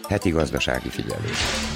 Heti gazdasági figyelő.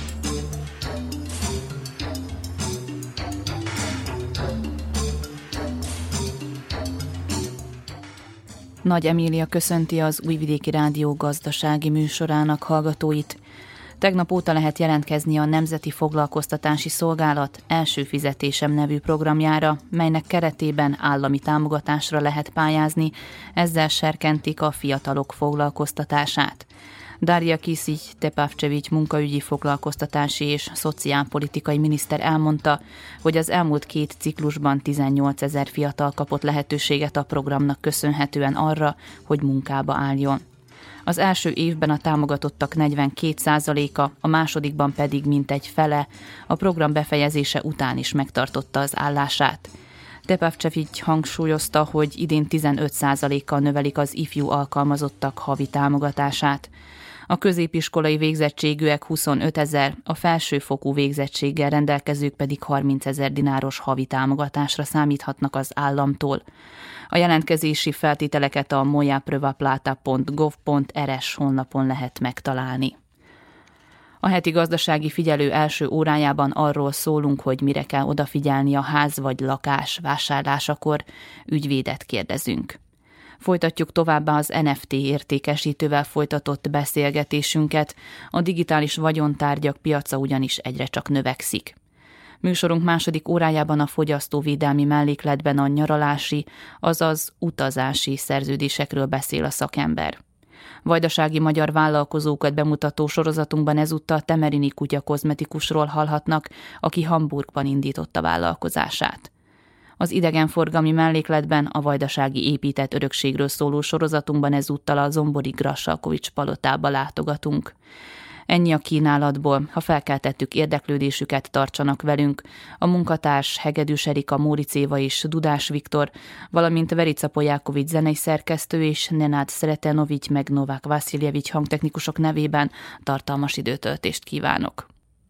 Nagy Emília köszönti az Újvidéki Rádió gazdasági műsorának hallgatóit. Tegnap óta lehet jelentkezni a Nemzeti Foglalkoztatási Szolgálat Első Fizetésem nevű programjára, melynek keretében állami támogatásra lehet pályázni, ezzel serkentik a fiatalok foglalkoztatását. Darja Kisic-Tepavcevic munkaügyi, foglalkoztatási és szociálpolitikai miniszter elmondta, hogy az elmúlt 2 ciklusban 18 000 fiatal kapott lehetőséget a programnak köszönhetően arra, hogy munkába álljon. Az első évben a támogatottak 42%-a, a másodikban pedig mintegy fele a program befejezése után is megtartotta az állását. Tepavcevic hangsúlyozta, hogy idén 15%-kal növelik az ifjú alkalmazottak havi támogatását. A középiskolai végzettségűek 25 000, a felsőfokú végzettséggel rendelkezők pedig 30 000 dináros havi támogatásra számíthatnak az államtól. A jelentkezési feltételeket a mojaprvaplata.gov.rs honlapon lehet megtalálni. A heti gazdasági figyelő első órájában arról szólunk, hogy mire kell odafigyelni a ház vagy lakás vásárlásakor, ügyvédet kérdezünk. Folytatjuk továbbá az NFT értékesítővel folytatott beszélgetésünket, a digitális vagyontárgyak piaca ugyanis egyre csak növekszik. Műsorunk második órájában a fogyasztóvédelmi mellékletben a nyaralási, azaz utazási szerződésekről beszél a szakember. Vajdasági magyar vállalkozókat bemutató sorozatunkban ezúttal Temerini Kutya kozmetikusról hallhatnak, aki Hamburgban indította vállalkozását. Az idegenforgalmi mellékletben a vajdasági épített örökségről szóló sorozatunkban ezúttal a zombori Grassalkovich palotába látogatunk. Ennyi a kínálatból, ha felkeltettük érdeklődésüket, tartsanak velünk. A munkatárs Hegedűs Erika, Móricz Éva és Dudás Viktor, valamint Verica Polyákovics zenei szerkesztő és Nenad Sretenovics meg Novák Vasiljevics hangtechnikusok nevében tartalmas időtöltést kívánok.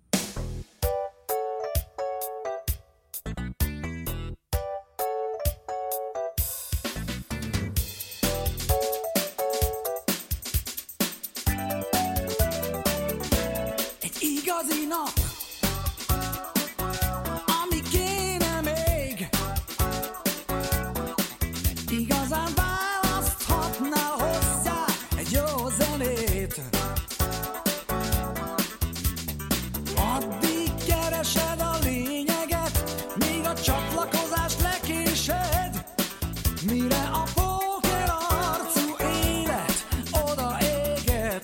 Igazi nap, ami kéne még, igazán választhatnál hozzá egy jó zenét. Addig keresed a lényeget, míg a csatlakozást lekésed, mire a póker arcú élet odaéget.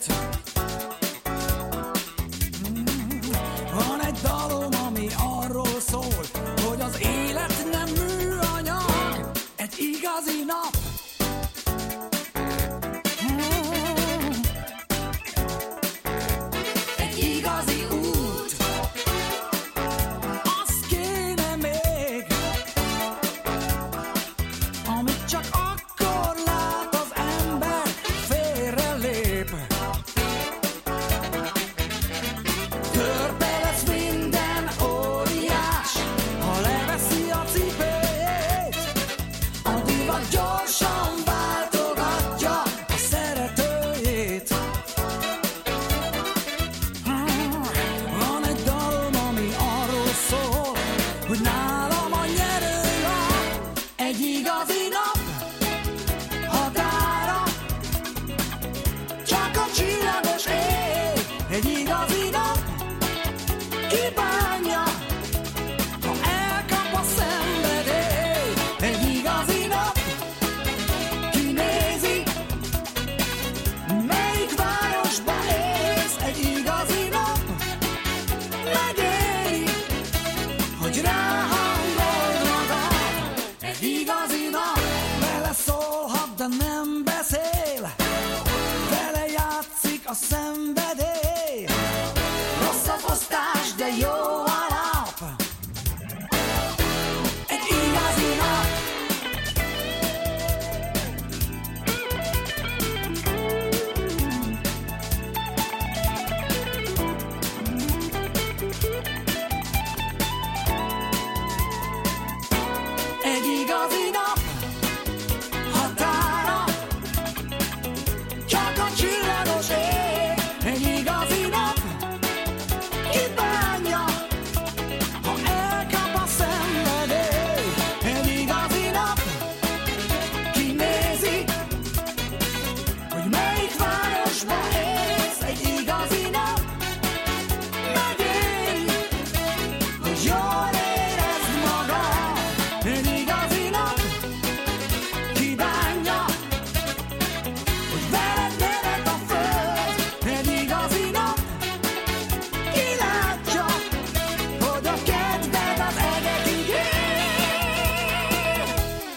Van egy dalom, ami arról szól, hogy az élet nem műanyag, egy igazi nap. Egy igazi út, az kéne még, amit csak akkor lát az ember, félrelép. Törpe lesz minden óriás, ha leveszi a cipőjét. A divat gyorsan váltogatja a szeretőjét. Van egy dalom, ami arról szól, hogy nálam a nyerőlap, egy igazi nap határa, csak a csillagos ég, egy igazi nap kibánja, ha elkap a szenvedély, egy igazi nap kinézi, melyik városba élsz, egy igazi nap megéri, hogy ráhangolj magad, egy igazi nap beleszólhat, de nem beszél, vele játszik a szenvedély. Rossz az osztás, de jó alap, egy igazi nap. Egy igazi nap határa, csak a csillagos ég, egy lakásba élsz egy igazi nap, megélj, hogy jól érezd magad. Egy igazi nap kívánja, hogy veled nőtt a föld. Egy igazi nap kilátja, hogy a kedved az egekig ér.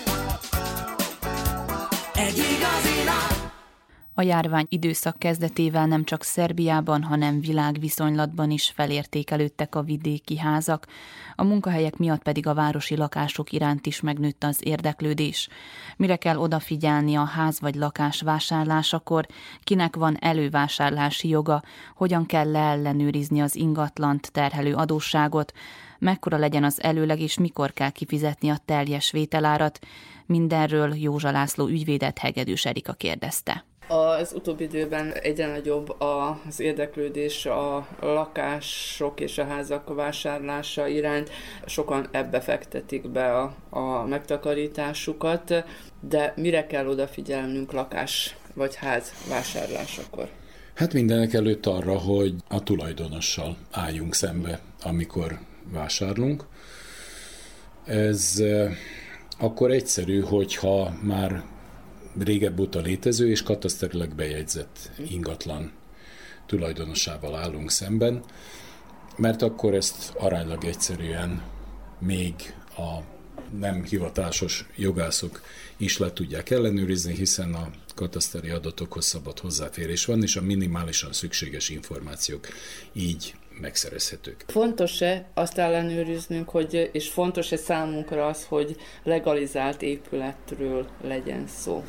Egy igazi nap. A járvány időszak kezdetével nem csak Szerbiában, hanem világviszonylatban is felértékelődtek a vidéki házak, a munkahelyek miatt pedig a városi lakások iránt is megnőtt az érdeklődés. Mire kell odafigyelni a ház vagy lakás vásárlásakor, kinek van elővásárlási joga, hogyan kell leellenőrizni az ingatlant terhelő adósságot, mekkora legyen az előleg és mikor kell kifizetni a teljes vételárat. Mindenről Józsa László ügyvédet Hegedűs Erika kérdezte. Az utóbbi időben egyre nagyobb az érdeklődés a lakások és a házak vásárlása iránt. Sokan ebbe fektetik be a megtakarításukat, de mire kell odafigyelnünk lakás vagy ház vásárlásakor? Hát mindenek előtt arra, hogy a tulajdonossal álljunk szembe, amikor vásárlunk. Ez akkor egyszerű, hogyha már régebb óta létező és kataszterileg bejegyzett ingatlan tulajdonosával állunk szemben, mert akkor ezt aránylag egyszerűen még a nem hivatásos jogászok is le tudják ellenőrizni, hiszen a kataszteri adatokhoz szabad hozzáférés van, és a minimálisan szükséges információk így megszerezhetők. Fontos-e azt ellenőriznünk, és fontos-e számunkra az, hogy legalizált épületről legyen szó?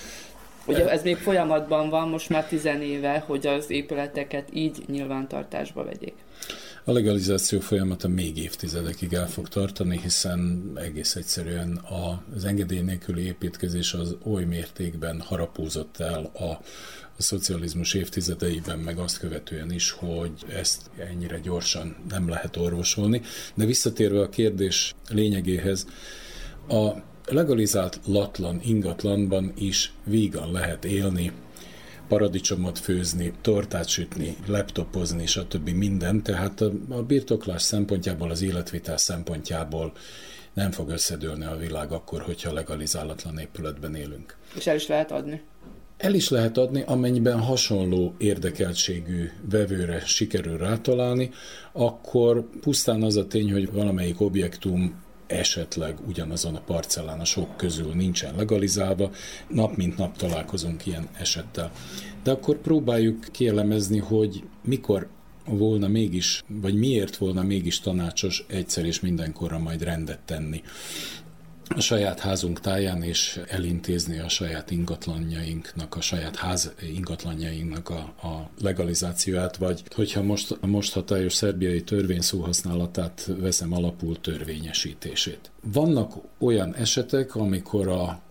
Ugye ez még folyamatban van, most már 10 éve, hogy az épületeket így nyilvántartásba vegyék. A legalizáció folyamata még évtizedekig el fog tartani, hiszen egész egyszerűen az engedély nélküli építkezés az oly mértékben harapózott el a szocializmus évtizedeiben, meg azt követően is, hogy ezt ennyire gyorsan nem lehet orvosolni. De visszatérve a kérdés lényegéhez, a legalizálatlan ingatlanban is vígan lehet élni, paradicsomot főzni, tortát sütni, laptopozni, stb. Minden. Tehát a birtoklás szempontjából, az életvitel szempontjából nem fog összedőlni a világ akkor, hogyha legalizálatlan épületben élünk. És el is lehet adni? El is lehet adni, amennyiben hasonló érdekeltségű vevőre sikerül rátalálni, akkor pusztán az a tény, hogy valamelyik objektum esetleg ugyanazon a parcellán a sok közül nincsen legalizálva, nap mint nap találkozunk ilyen esettel. De akkor próbáljuk kielemezni, hogy mikor volna mégis, vagy miért volna mégis tanácsos egyszer és mindenkorra majd rendet tenni a saját házunk táján, és elintézni a saját ingatlanjainknak, a saját ház ingatlanjainknak a legalizációját, vagy hogyha most hatályos szerbiai törvény szóhasználatát veszem alapul, törvényesítését. Vannak olyan esetek, amikor a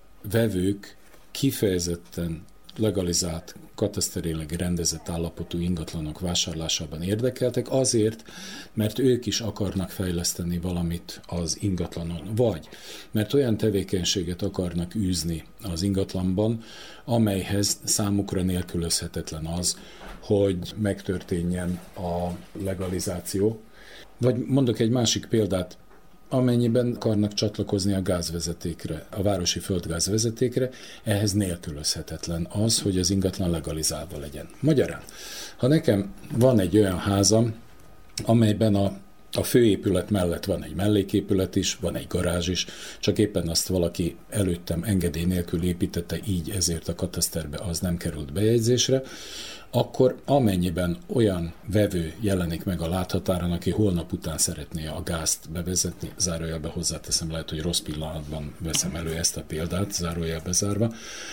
vevők kifejezetten legalizált, kataszterileg rendezett állapotú ingatlanok vásárlásában érdekeltek, azért, mert ők is akarnak fejleszteni valamit az ingatlanon, vagy mert olyan tevékenységet akarnak űzni az ingatlanban, amelyhez számukra nélkülözhetetlen az, hogy megtörténjen a legalizáció. Vagy mondok egy másik példát, amennyiben akarnak csatlakozni a gázvezetékre, a városi földgázvezetékre, ehhez nélkülözhetetlen az, hogy az ingatlan legalizálva legyen. Magyarán, ha nekem van egy olyan házam, amelyben a főépület mellett van egy melléképület is, van egy garázs is, csak éppen azt valaki előttem engedély nélkül építette, így ezért a kataszterbe az nem került bejegyzésre, akkor amennyiben olyan vevő jelenik meg a láthatáron, aki holnap után szeretné a gázt bevezetni, zárójelbe hozzáteszem, lehet, hogy rossz pillanatban veszem elő ezt a példát, zárójelbe zárva,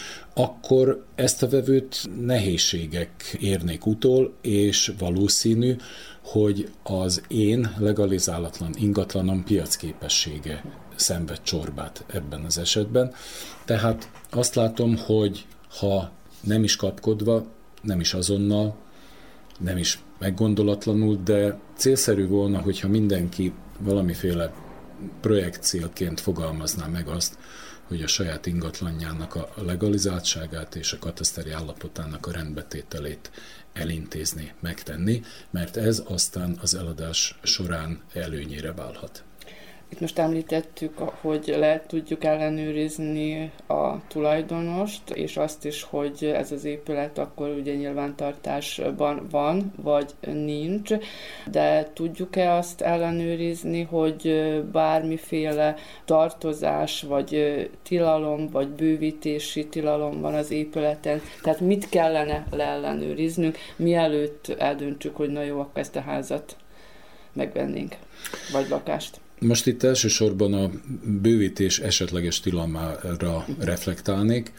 akkor ezt a vevőt nehézségek érnék utol, és valószínű, hogy az én legalizálatlan ingatlanom piacképessége szenved csorbát ebben az esetben. Tehát azt látom, hogy ha nem is kapkodva, nem is azonnal, nem is meggondolatlanul, de célszerű volna, hogyha mindenki valamiféle projektcélként fogalmazná meg azt, hogy a saját ingatlanjának a legalizáltságát és a kataszteri állapotának a rendbetételét elintézni, megtenni, mert ez aztán az eladás során előnyére válhat. Itt most említettük, hogy tudjuk ellenőrizni a tulajdonost, és azt is, hogy ez az épület akkor ugye nyilvántartásban van, vagy nincs, de tudjuk-e azt ellenőrizni, hogy bármiféle tartozás, vagy tilalom, vagy bővítési tilalom van az épületen? Tehát mit kellene leellenőriznünk, mielőtt eldöntsük, hogy na jó, akkor ezt a házat megvennénk, vagy lakást? Most itt elsősorban a bővítés esetleges tilalmára reflektálnék.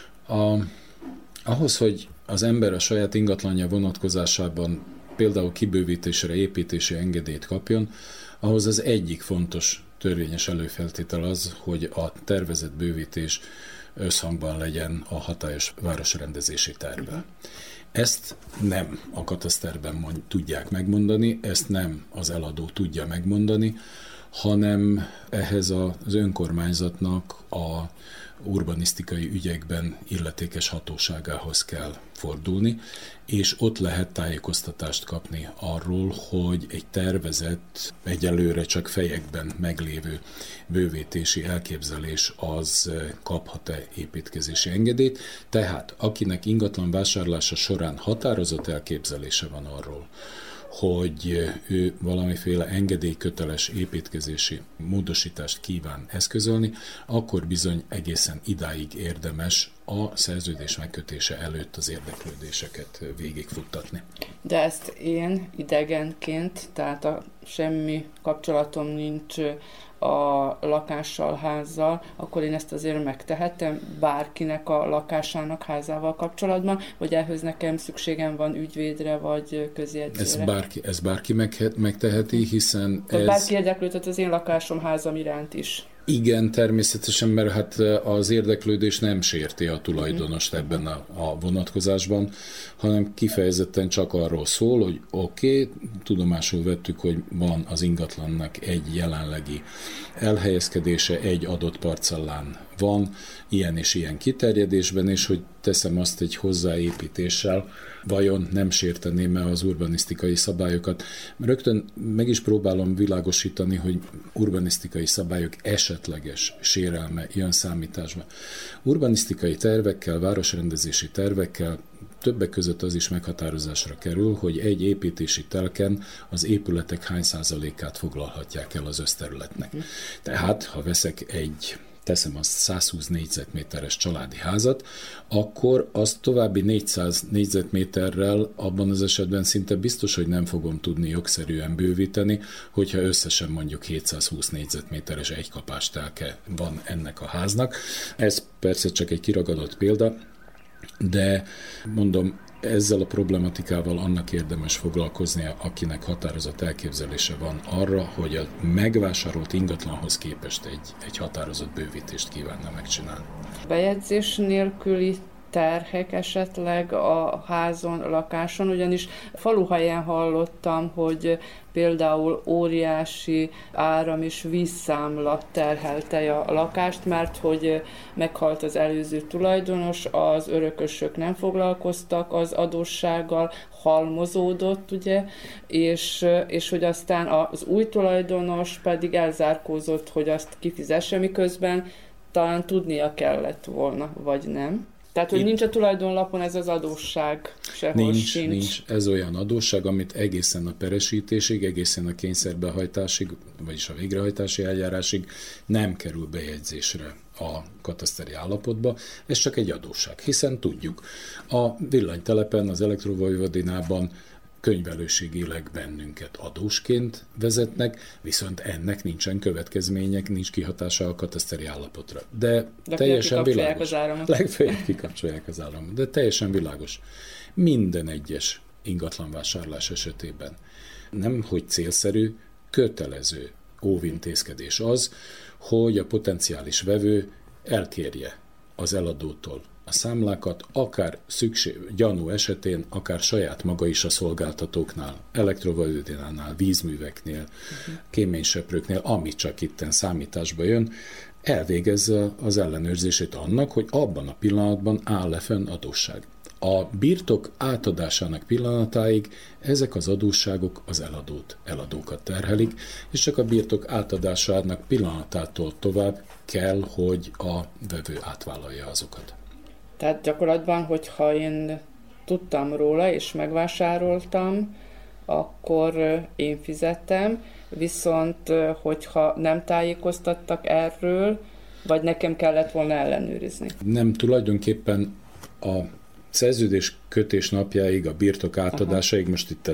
Ahhoz, hogy az ember a saját ingatlanja vonatkozásában például kibővítésre, építési engedélyt kapjon, ahhoz az egyik fontos törvényes előfeltétel az, hogy a tervezett bővítés összhangban legyen a hatályos városrendezési tervvel. Ezt nem a kataszterben tudják megmondani, ezt nem az eladó tudja megmondani, hanem ehhez az önkormányzatnak a urbanisztikai ügyekben illetékes hatóságához kell fordulni, és ott lehet tájékoztatást kapni arról, hogy egy tervezett, egyelőre csak fejekben meglévő bővítési elképzelés az kaphat-e építkezési engedélyt. Tehát akinek ingatlan vásárlása során határozott elképzelése van arról, hogy ő valamiféle engedélyköteles építkezési módosítást kíván eszközölni, akkor bizony egészen idáig érdemes a szerződés megkötése előtt az érdeklődéseket végigfuttatni. De ezt én idegenként, tehát semmi kapcsolatom nincs a lakással, házzal, akkor én ezt azért megtehetem bárkinek a lakásának, házával kapcsolatban, vagy ehhez nekem szükségem van ügyvédre, vagy közjegyzőre? Ez bárki megteheti, hiszen ez... Bárki érdeklődhet az én lakásom, házam iránt is. Igen, természetesen, mert hát az érdeklődés nem sérti a tulajdonost ebben a vonatkozásban, hanem kifejezetten csak arról szól, hogy oké, tudomásul vettük, hogy van az ingatlannak egy jelenlegi elhelyezkedése, egy adott parcellán van, ilyen és ilyen kiterjedésben, és hogy teszem azt egy hozzáépítéssel, vajon nem sérteném-e az urbanisztikai szabályokat. Rögtön meg is próbálom világosítani, hogy urbanisztikai szabályok esetleges sérelme jön számításba. Urbanisztikai tervekkel, városrendezési tervekkel többek között az is meghatározásra kerül, hogy egy építési telken az épületek hány százalékát foglalhatják el az összterületnek. Tehát, ha veszek teszem azt 120 négyzetméteres családi házat, akkor azt további 400 négyzetméterrel abban az esetben szinte biztos, hogy nem fogom tudni jogszerűen bővíteni, hogyha összesen mondjuk 720 négyzetméteres egykapás telke van ennek a háznak. Ez persze csak egy kiragadott példa, de mondom, ezzel a problematikával annak érdemes foglalkoznia, akinek határozott elképzelése van arra, hogy a megvásárolt ingatlanhoz képest egy határozott bővítést kívánna megcsinálni. Bejegyzés nélküli terhek esetleg a házon, a lakáson, ugyanis faluhelyen hallottam, hogy például óriási áram- és vízszámla terhelte a lakást, mert hogy meghalt az előző tulajdonos, az örökösök nem foglalkoztak az adóssággal, halmozódott, ugye, és hogy aztán az új tulajdonos pedig elzárkózott, hogy azt kifizesse, miközben talán tudnia kellett volna, vagy nem. Tehát, hogy nincs a tulajdonlapon ez az adósság, sehol sincs. Nincs. Ez olyan adósság, amit egészen a peresítésig, egészen a kényszerbehajtásig, vagyis a végrehajtási eljárásig nem kerül bejegyzésre a kataszteri állapotba. Ez csak egy adósság, hiszen tudjuk, a villanytelepen, az elektrovojvodinában könyvelőségileg bennünket adósként vezetnek, viszont ennek nincsen következmények, nincs kihatása a kataszteri állapotra. De teljesen világos. Legfeljebb kikapcsolják az áramot. De teljesen világos. Minden egyes ingatlanvásárlás esetében nem hogy célszerű, kötelező óvintézkedés az, hogy a potenciális vevő elkérje az eladótól a számlákat, akár gyanú esetén, akár saját maga is a szolgáltatóknál, elektrovajvodinánál, vízműveknél, kéményseprőknél, ami csak itten számításba jön, elvégezze az ellenőrzését annak, hogy abban a pillanatban áll-e fenn adósság. A birtok átadásának pillanatáig ezek az adósságok az eladókat terhelik, és csak a birtok átadásának pillanatától tovább kell, hogy a vevő átvállalja azokat. Tehát gyakorlatban, hogyha én tudtam róla és megvásároltam, akkor én fizettem, viszont hogyha nem tájékoztattak erről, vagy nekem kellett volna ellenőrizni. Nem, tulajdonképpen a szerződés kötés napjáig, a birtok átadásáig, most itt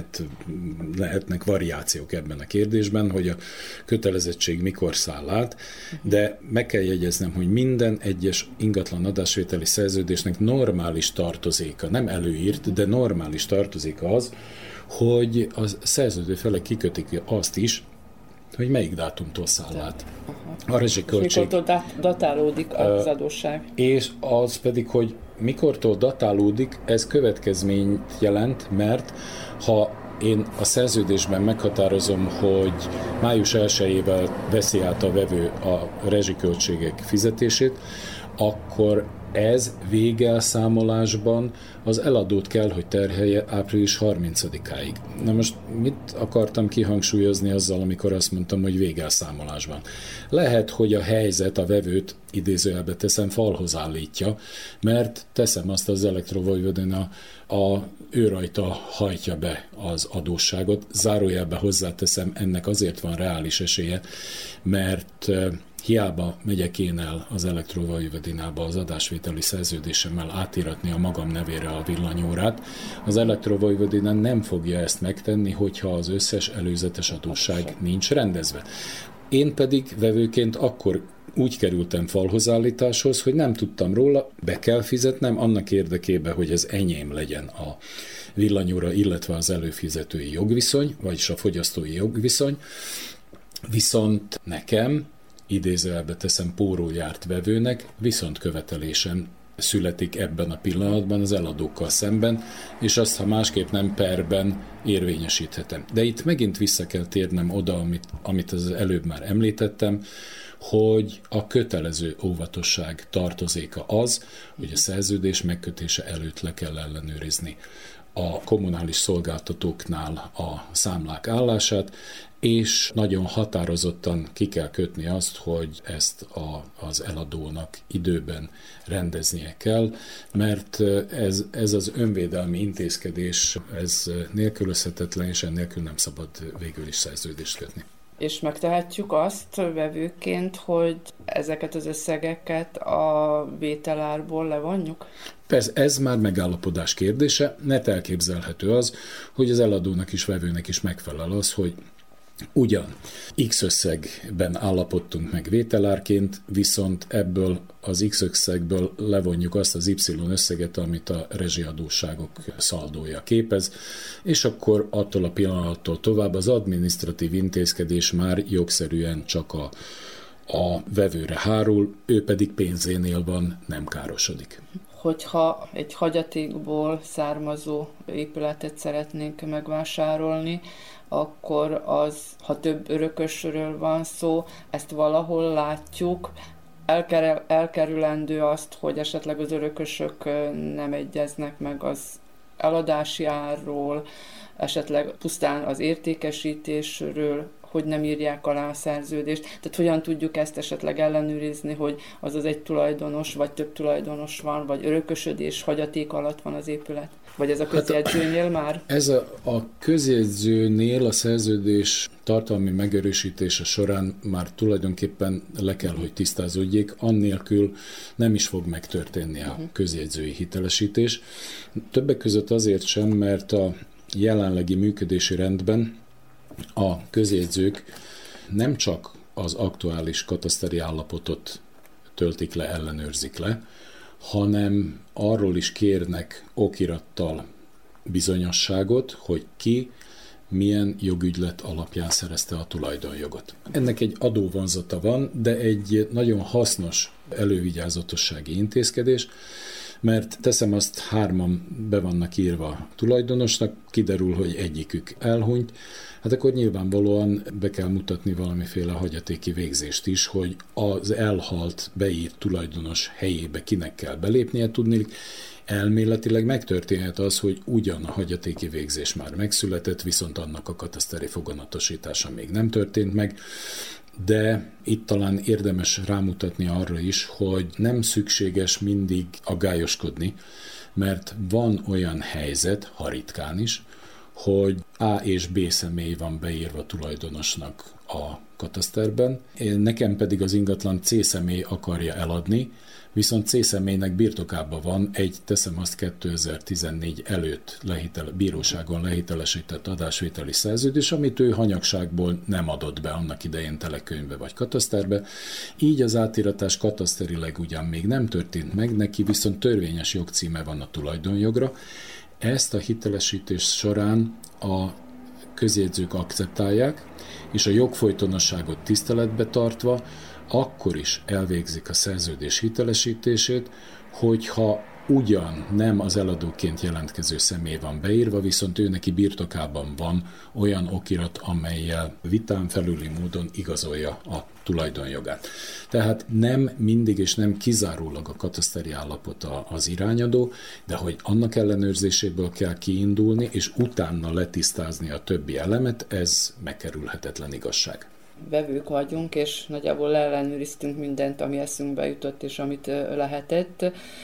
lehetnek variációk ebben a kérdésben, hogy a kötelezettség mikor száll át, de meg kell jegyeznem, hogy minden egyes ingatlan adásvételi szerződésnek normális tartozéka, nem előírt, de normális tartozéka az, hogy a szerződő felek kikötik azt is, hogy melyik dátumtól száll át. A rezsiköltség. Mikortól datálódik az adósság. És az pedig, hogy mikortól datálódik, ez következményt jelent, mert ha én a szerződésben meghatározom, hogy május 1-ével veszi át a vevő a rezsiköltségek fizetését, akkor ez végelszámolásban az eladót kell, hogy terhelje április 30-áig. Na most mit akartam kihangsúlyozni azzal, amikor azt mondtam, hogy végelszámolásban? Lehet, hogy a helyzet a vevőt idézőjelbe teszem falhoz állítja, mert teszem azt az Elektrovojvodina ő rajta hajtja be az adósságot. Zárójelbe hozzáteszem, ennek azért van reális esélye, mert hiába megyek én el az Elektrovojvodinába az adásvételi szerződésemmel átíratni a magam nevére a villanyórát, az Elektrovojvodina nem fogja ezt megtenni, hogyha az összes előzetes adósság nincs rendezve. Én pedig vevőként akkor úgy kerültem falhozállításhoz, hogy nem tudtam róla, be kell fizetnem annak érdekében, hogy ez enyém legyen a villanyóra, illetve az előfizetői jogviszony, vagyis a fogyasztói jogviszony, viszont nekem idézőjelbe teszem póró-járt vevőnek, viszont követelésem születik ebben a pillanatban az eladókkal szemben, és azt, ha másképp nem perben érvényesíthetem. De itt megint vissza kell térnem oda, amit az előbb már említettem, hogy a kötelező óvatosság tartozéka az, hogy a szerződés megkötése előtt le kell ellenőrizni a kommunális szolgáltatóknál a számlák állását, és nagyon határozottan ki kell kötni azt, hogy ezt az eladónak időben rendeznie kell, mert ez az önvédelmi intézkedés, ez nélkülözhetetlen, és ennélkül nem szabad végül is szerződést kötni. És megtehetjük azt vevőként, hogy ezeket az összegeket a vételárból levonjuk? Persze, ez már megállapodás kérdése, mert elképzelhető az, hogy az eladónak is, vevőnek is megfelel az, hogy ugyan X összegben állapodtunk meg vételárként, viszont ebből az X összegből levonjuk azt az Y összeget, amit a rezsiadósságok szaldója képez, és akkor attól a pillanattól tovább az adminisztratív intézkedés már jogszerűen csak a vevőre hárul, ő pedig pénzénél van, nem károsodik. Hogyha egy hagyatékból származó épületet szeretnénk megvásárolni, akkor az, ha több örökösről van szó, ezt valahol látjuk, elkerülendő azt, hogy esetleg az örökösök nem egyeznek meg az eladási árról, esetleg pusztán az értékesítésről, hogy nem írják alá a szerződést. Tehát hogyan tudjuk ezt esetleg ellenőrizni, hogy az egy tulajdonos, vagy több tulajdonos van, vagy örökösödés, hagyaték alatt van az épület? Vagy ez a közjegyzőnél már? Ez a közjegyzőnél a szerződés tartalmi megerősítése során már tulajdonképpen le kell, hogy tisztázódjék, annélkül nem is fog megtörténni a közjegyzői hitelesítés. Többek között azért sem, mert a jelenlegi működési rendben a közjegyzők nem csak az aktuális kataszteri állapotot töltik le, ellenőrzik le, hanem arról is kérnek okirattal bizonyosságot, hogy ki milyen jogügylet alapján szerezte a tulajdonjogot. Ennek egy adóvonzata van, de egy nagyon hasznos elővigyázatossági intézkedés, mert teszem azt, 3 be vannak írva tulajdonosnak, kiderül, hogy egyikük elhunyt, hát akkor nyilvánvalóan be kell mutatni valamiféle hagyatéki végzést is, hogy az elhalt, beírt tulajdonos helyébe kinek kell belépnie, tudni. Elméletileg megtörténhet az, hogy ugyan a hagyatéki végzés már megszületett, viszont annak a kataszteri foganatosítása még nem történt meg, de itt talán érdemes rámutatni arra is, hogy nem szükséges mindig aggályoskodni, mert van olyan helyzet, ha ritkán is, hogy A és B személy van beírva tulajdonosnak a kataszterben, nekem pedig az ingatlan C személy akarja eladni, viszont C személynek birtokában van egy, teszem azt 2014 előtt bíróságon lehitelesített adásvételi szerződés, amit ő hanyagságból nem adott be annak idején telekönyvbe vagy kataszterbe. Így az átiratás kataszterileg ugyan még nem történt meg, neki viszont törvényes jogcíme van a tulajdonjogra. Ezt a hitelesítés során a közjegyzők akceptálják, és a jogfolytonosságot tiszteletbe tartva akkor is elvégzik a szerződés hitelesítését, hogyha ugyan nem az eladóként jelentkező személy van beírva, viszont ő neki birtokában van olyan okirat, amellyel vitán felüli módon igazolja a tulajdonjogát. Tehát nem mindig és nem kizárólag a kataszteri állapot az irányadó, de hogy annak ellenőrzéséből kell kiindulni, és utána letisztázni a többi elemet, ez megkerülhetetlen igazság. Vevők vagyunk, és nagyjából ellenőriztünk mindent, ami eszünkbe jutott, és amit lehetett,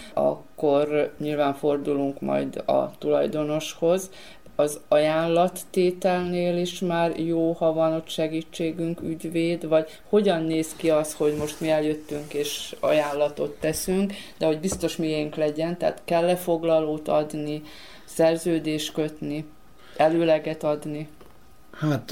akkor nyilván fordulunk majd a tulajdonoshoz. Az ajánlattételnél is már jó, ha van ott segítségünk, ügyvéd, vagy hogyan néz ki az, hogy most mi eljöttünk és ajánlatot teszünk, de hogy biztos miénk legyen, tehát kell-e foglalót adni, szerződést kötni, előleget adni? Hát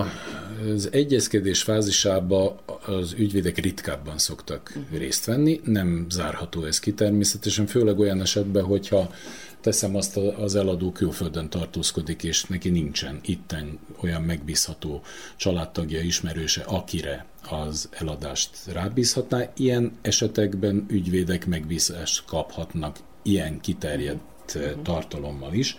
az egyezkedés fázisában az ügyvédek ritkábban szoktak részt venni, nem zárható ez ki természetesen, főleg olyan esetben, hogyha teszem azt, az eladó külföldön tartózkodik, és neki nincsen itten olyan megbízható családtagja, ismerőse, akire az eladást rábízhatná. Ilyen esetekben ügyvédek megbízást kaphatnak ilyen kiterjedt tartalommal is,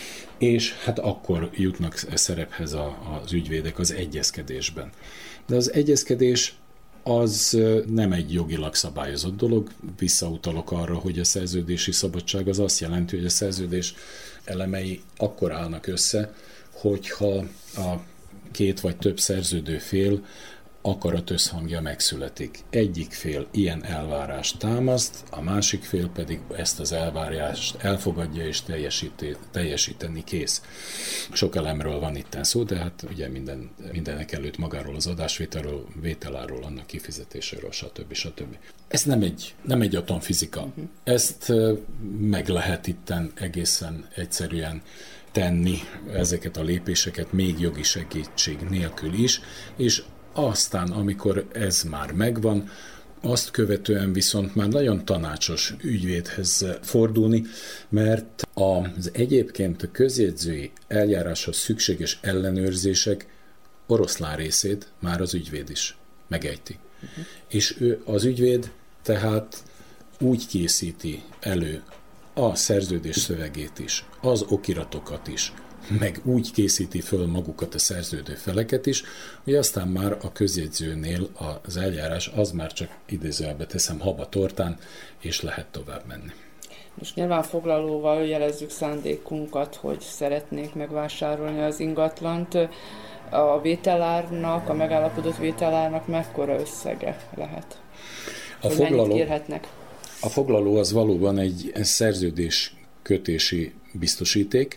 és hát akkor jutnak szerephez az ügyvédek az egyezkedésben. De az egyezkedés az nem egy jogilag szabályozott dolog, visszautalok arra, hogy a szerződési szabadság az azt jelenti, hogy a szerződés elemei akkor állnak össze, hogyha a 2 vagy több szerződő fél akarat összhangja megszületik. Egyik fél ilyen elvárást támaszt, a másik fél pedig ezt az elvárást elfogadja és teljesíteni kész. Sok elemről van itten szó, de hát ugye mindenek előtt magáról az adásvételről, vételáról, annak kifizetéséről, stb. Ez nem egy atomfizika. Ezt meg lehet itten egészen egyszerűen tenni, ezeket a lépéseket még jogi segítség nélkül is, és aztán, amikor ez már megvan, azt követően viszont már nagyon tanácsos ügyvédhez fordulni, mert az egyébként a közjegyzői eljáráshoz szükséges ellenőrzések oroszlán részét már az ügyvéd is megejti. És az ügyvéd tehát úgy készíti elő a szerződés szövegét is, az okiratokat is, meg úgy készíti föl magukat a szerződő feleket is, hogy aztán már a közjegyzőnél az eljárás az már csak idézőjelbe teszem habatortán, és lehet tovább menni. Most nyilván foglalóval jelezzük szándékunkat, hogy szeretnék megvásárolni az ingatlant. A vételárnak, a megállapodott vételárnak mekkora összege lehet? Mennyit kérhetnek? A foglaló az valóban egy szerződés kötési biztosíték,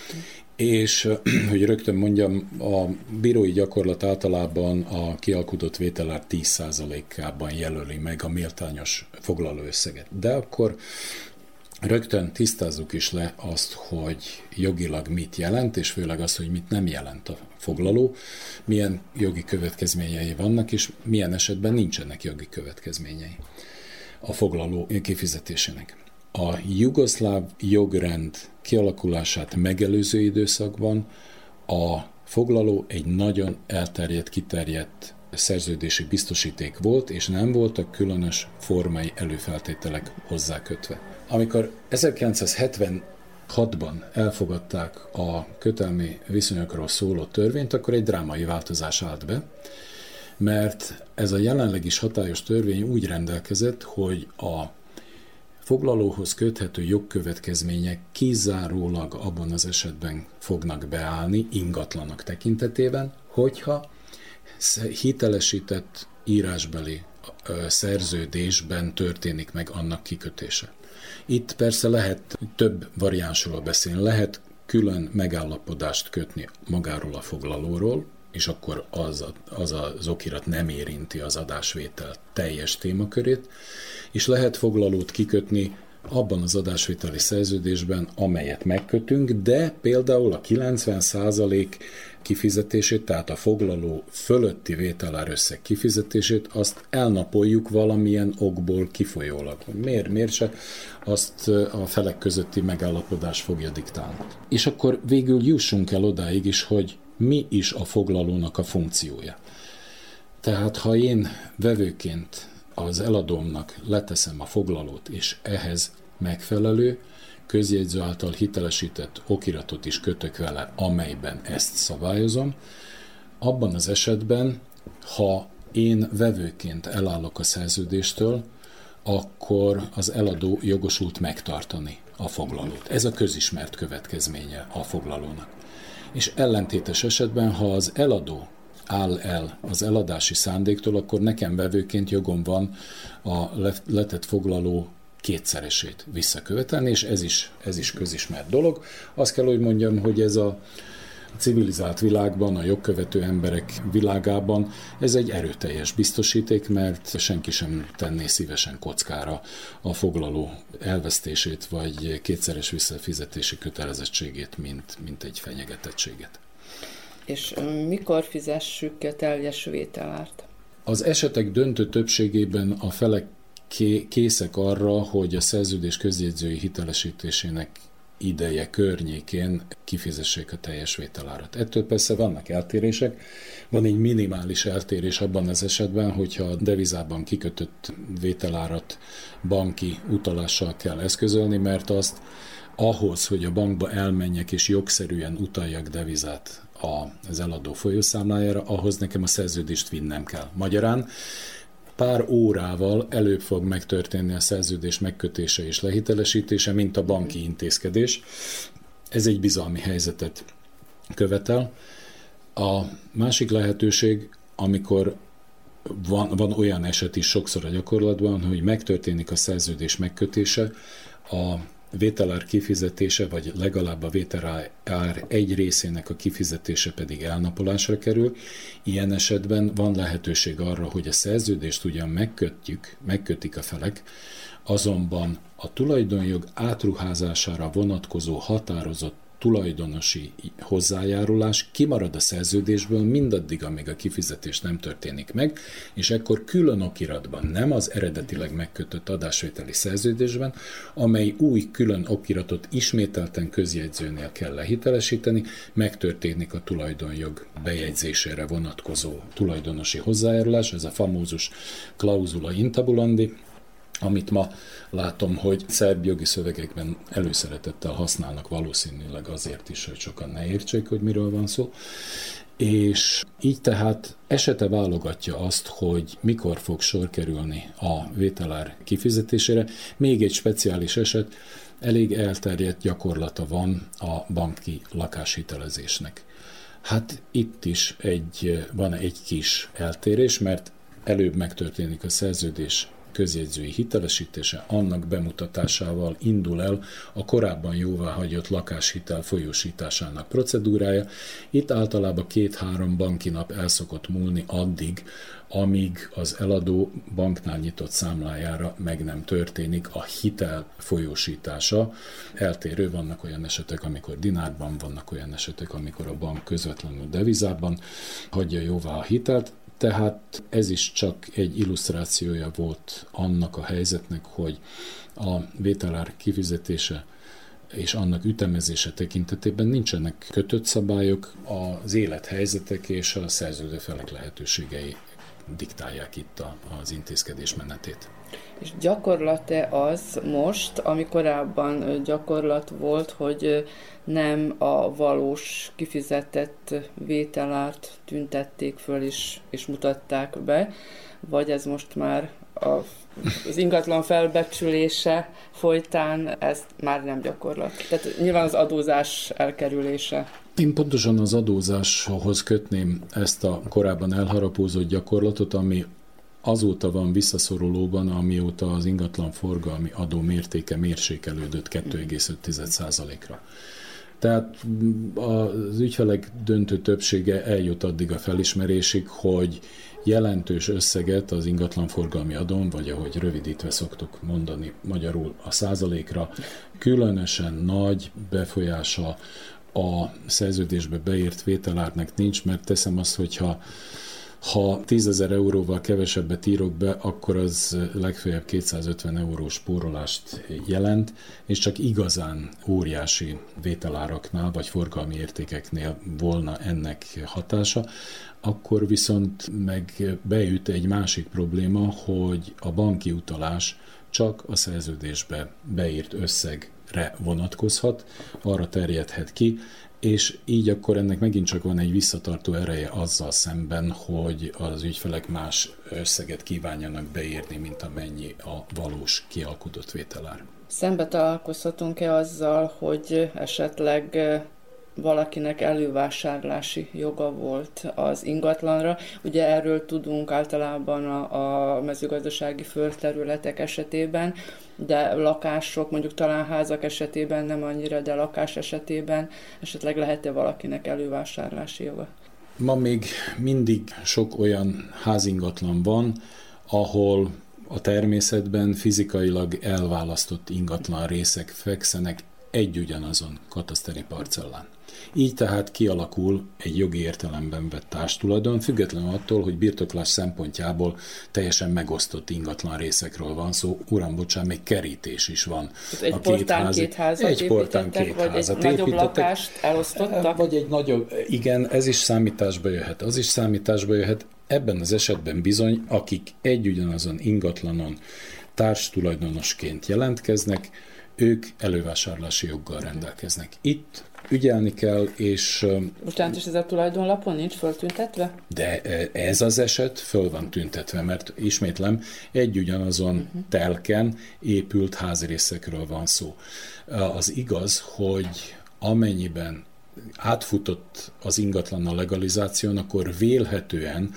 és hogy rögtön mondjam, a bírói gyakorlat általában a kialkudott vételár 10%-ában jelöli meg a méltányos foglalóösszeget. De akkor rögtön tisztázzuk is le azt, hogy jogilag mit jelent, és főleg azt, hogy mit nem jelent a foglaló, milyen jogi következményei vannak, és milyen esetben nincsenek jogi következményei a foglaló kifizetésének. A jugoszláv jogrend kialakulását megelőző időszakban a foglaló egy nagyon elterjedt, kiterjedt szerződési biztosíték volt, és nem voltak különös formai előfeltételek hozzá kötve. Amikor 1976-ban elfogadták a kötelmi viszonyokról szóló törvényt, akkor egy drámai változás állt be, mert ez a jelenleg is hatályos törvény úgy rendelkezett, hogy a foglalóhoz köthető jogkövetkezmények kizárólag abban az esetben fognak beállni ingatlanok tekintetében, hogyha hitelesített írásbeli szerződésben történik meg annak kikötése. Itt persze lehet több variánsról beszélni, lehet külön megállapodást kötni magáról a foglalóról, és akkor az okirat nem érinti az adásvétel teljes témakörét, és lehet foglalót kikötni abban az adásvételi szerződésben, amelyet megkötünk, de például a 90% kifizetését, tehát a foglaló fölötti vételárösszeg kifizetését, azt elnapoljuk valamilyen okból kifolyólag. Miért se, azt a felek közötti megállapodás fogja diktálni. És akkor végül jussunk el odáig is, hogy mi is a foglalónak a funkciója. Tehát ha én vevőként az eladómnak leteszem a foglalót, és ehhez megfelelő, közjegyző által hitelesített okiratot is kötök vele, amelyben ezt szabályozom, abban az esetben, ha én vevőként elállok a szerződéstől, akkor az eladó jogosult megtartani a foglalót. Ez a közismert következménye a foglalónak. És ellentétes esetben, ha az eladó áll el az eladási szándéktól, akkor nekem vevőként jogom van a letett foglaló kétszeresét visszakövetelni, és ez is közismert dolog. Azt kell, hogy mondjam, hogy ez a civilizált világban, a jogkövető emberek világában ez egy erőteljes biztosíték, mert senki sem tenné szívesen kockára a foglaló elvesztését, vagy kétszeres visszafizetési kötelezettségét, mint egy fenyegetettséget. És mikor fizessük ki a teljes vételárt? Az esetek döntő többségében a felek készek arra, hogy a szerződés közjegyzői hitelesítésének ideje környékén kifizessék a teljes vételárat. Ettől persze vannak eltérések, van egy minimális eltérés abban az esetben, hogyha a devizában kikötött vételárat banki utalással kell eszközölni, mert azt ahhoz, hogy a bankba elmenjek és jogszerűen utaljak devizát az eladó folyószámlájára, ahhoz nekem a szerződést vinnem kell. Magyarán pár órával előbb fog megtörténni a szerződés megkötése és lehitelesítése, mint a banki intézkedés. Ez egy bizalmi helyzetet követel. A másik lehetőség, amikor van olyan eset is sokszor a gyakorlatban, hogy megtörténik a szerződés megkötése, a vételár kifizetése, vagy legalább a vételár egy részének a kifizetése pedig elnapolásra kerül. Ilyen esetben van lehetőség arra, hogy a szerződést ugyan megkötik a felek, azonban a tulajdonjog átruházására vonatkozó határozott tulajdonosi hozzájárulás kimarad a szerződésből mindaddig, amíg a kifizetés nem történik meg, és ekkor külön okiratban, nem az eredetileg megkötött adásvételi szerződésben, amely új külön okiratot ismételten közjegyzőnél kell lehitelesíteni, megtörténik a tulajdonjog bejegyzésére vonatkozó tulajdonosi hozzájárulás, ez a famózus clausula intabulandi, amit ma látom, hogy szerb jogi szövegekben előszeretettel használnak, valószínűleg azért is, hogy sokan ne értsék, hogy miről van szó. És így tehát esete válogatja azt, hogy mikor fog sor kerülni a vételár kifizetésére. Még egy speciális eset, elég elterjedt gyakorlata van a banki lakáshitelezésnek. Hát itt is van egy kis eltérés, mert előbb megtörténik a szerződés közjegyzői hitelesítése, annak bemutatásával indul el a korábban jóváhagyott lakáshitel folyósításának procedúrája. Itt általában 2-3 banki nap el szokott múlni addig, amíg az eladó banknál nyitott számlájára meg nem történik a hitel folyósítása. Eltérő, vannak olyan esetek, amikor dinárban, vannak olyan esetek, amikor a bank közvetlenül devizában hagyja jóvá a hitelt. Tehát ez is csak egy illusztrációja volt annak a helyzetnek, hogy a vételár kifizetése és annak ütemezése tekintetében nincsenek kötött szabályok, az élethelyzetek és a szerződő felek lehetőségei diktálják itt az intézkedés menetét. És gyakorlat-e az most, ami korábban gyakorlat volt, hogy nem a valós kifizetett vételárt tüntették föl és mutatták be, vagy ez most már az ingatlan felbecsülése folytán ez már nem gyakorlat? Tehát nyilván az adózás elkerülése. Én pontosan az adózáshoz kötném ezt a korábban elharapózott gyakorlatot, ami azóta van visszaszorulóban, amióta az ingatlan forgalmi adó mértéke mérsékelődött 2,5%-ra. Tehát az ügyfelek döntő többsége eljut addig a felismerésig, hogy jelentős összeget az ingatlanforgalmi adón, vagy ahogy rövidítve szoktuk mondani magyarul a százalékra, különösen nagy befolyása a szerződésbe beírt vételárnak nincs, mert teszem azt, hogyha 10 000 euróval kevesebbet írok be, akkor az legfeljebb 250 eurós spórolást jelent, és csak igazán óriási vételáraknál vagy forgalmi értékeknél volna ennek hatása. Akkor viszont meg beüt egy másik probléma, hogy a banki utalás csak a szerződésbe beírt összegre vonatkozhat, arra terjedhet ki, és így akkor ennek megint csak van egy visszatartó ereje azzal szemben, hogy az ügyfelek más összeget kívánjanak beírni, mint amennyi a valós kialkudott vételár. Szembe találkozhatunk-e azzal, hogy esetleg valakinek elővásárlási joga volt az ingatlanra? Ugye erről tudunk általában a mezőgazdasági földterületek esetében, de lakások, mondjuk talán házak esetében nem annyira, de lakás esetében esetleg lehet-e valakinek elővásárlási joga? Ma még mindig sok olyan házingatlan van, ahol a természetben fizikailag elválasztott ingatlan részek fekszenek egy ugyanazon kataszteri parcellán. Így tehát kialakul egy jogi értelemben vett társtulajdon, függetlenül attól, hogy birtoklás szempontjából teljesen megosztott ingatlan részekről van szó. Uram, bocsánat, még kerítés is van. Egy portán két házat építettek, vagy egy nagyobb lakást elosztottak? Vagy egy nagyobb, igen, ez is számításba jöhet, az is számításba jöhet. Ebben az esetben bizony, akik egy ugyanazon ingatlanon társtulajdonosként jelentkeznek, ők elővásárlási joggal rendelkeznek. Itt ügyelni kell, és... Bocsánat, és ez a tulajdonlapon nincs föltüntetve? De ez az eset föl van tüntetve, mert ismétlem, egy ugyanazon telken épült házrészekről van szó. Az igaz, hogy amennyiben átfutott az ingatlan a legalizáción, akkor vélhetően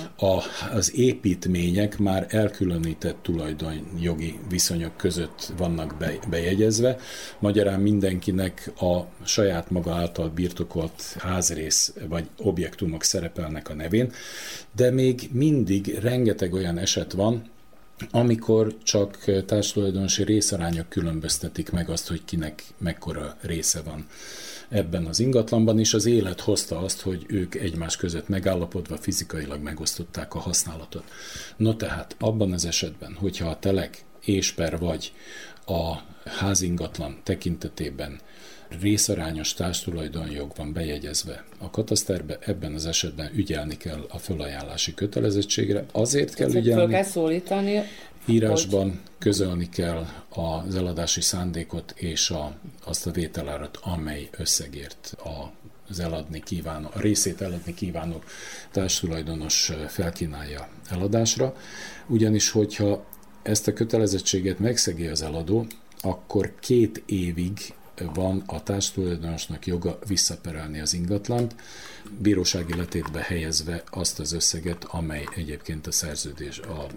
az építmények már elkülönített tulajdonjogi viszonyok között vannak bejegyezve. Magyarán mindenkinek a saját maga által birtokolt házrész vagy objektumok szerepelnek a nevén, de még mindig rengeteg olyan eset van, amikor csak társtulajdonosi részarányok különböztetik meg azt, hogy kinek mekkora része van ebben az ingatlanban, és az élet hozta azt, hogy ők egymás között megállapodva fizikailag megosztották a használatot. No tehát abban az esetben, hogyha a telek és/per vagy a házingatlan tekintetében részarányos társtulajdonjog van bejegyezve a kataszterbe, ebben az esetben ügyelni kell a fölajánlási kötelezettségre. Azért kell ügyelni. Föl kell szólítani. Írásban közölni kell az eladási szándékot és azt a vételárat, amely összegért az eladni kívánó, a részét eladni kívánó társtulajdonos felkínálja eladásra. Ugyanis, hogyha ezt a kötelezettséget megszegi az eladó, akkor 2 évig van a társtulajdonosnak joga visszaperelni az ingatlant, bírósági letétbe helyezve azt az összeget, amely egyébként a szerződés,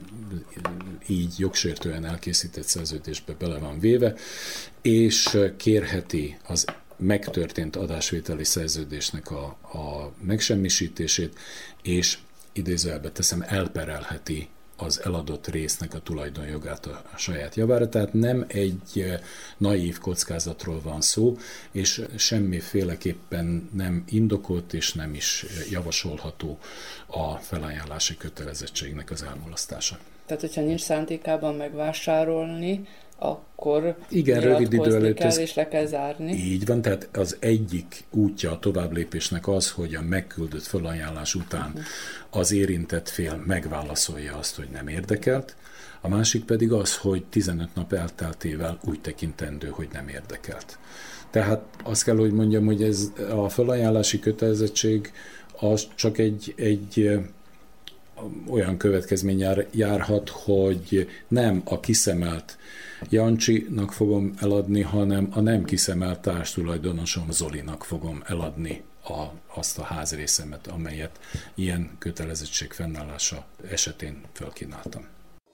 így jogsértően elkészített szerződésbe bele van véve, és kérheti az megtörtént adásvételi szerződésnek a megsemmisítését, és idézőjelbe teszem, elperelheti az eladott résznek a tulajdonjogát a saját javára. Tehát nem egy naív kockázatról van szó, és semmiféleképpen nem indokolt és nem is javasolható a felajánlási kötelezettségnek az elmulasztása. Tehát, hogyha nincs szándékában megvásárolni, akkor igen, rövid idő előtt kell, és le kell zárni. Így van, tehát az egyik útja a továbblépésnek az, hogy a megküldött felajánlás után az érintett fél megválaszolja azt, hogy nem érdekelt, a másik pedig az, hogy 15 nap elteltével úgy tekintendő, hogy nem érdekelt. Tehát azt kell, hogy mondjam, hogy ez a felajánlási kötelezettség az csak egy olyan következménnyel járhat, hogy nem a kiszemelt Jancsinak fogom eladni, hanem a nem kiszemelt társtulajdonosom Zolinak fogom eladni azt a házrészemet, amelyet ilyen kötelezettség fennállása esetén felkínáltam.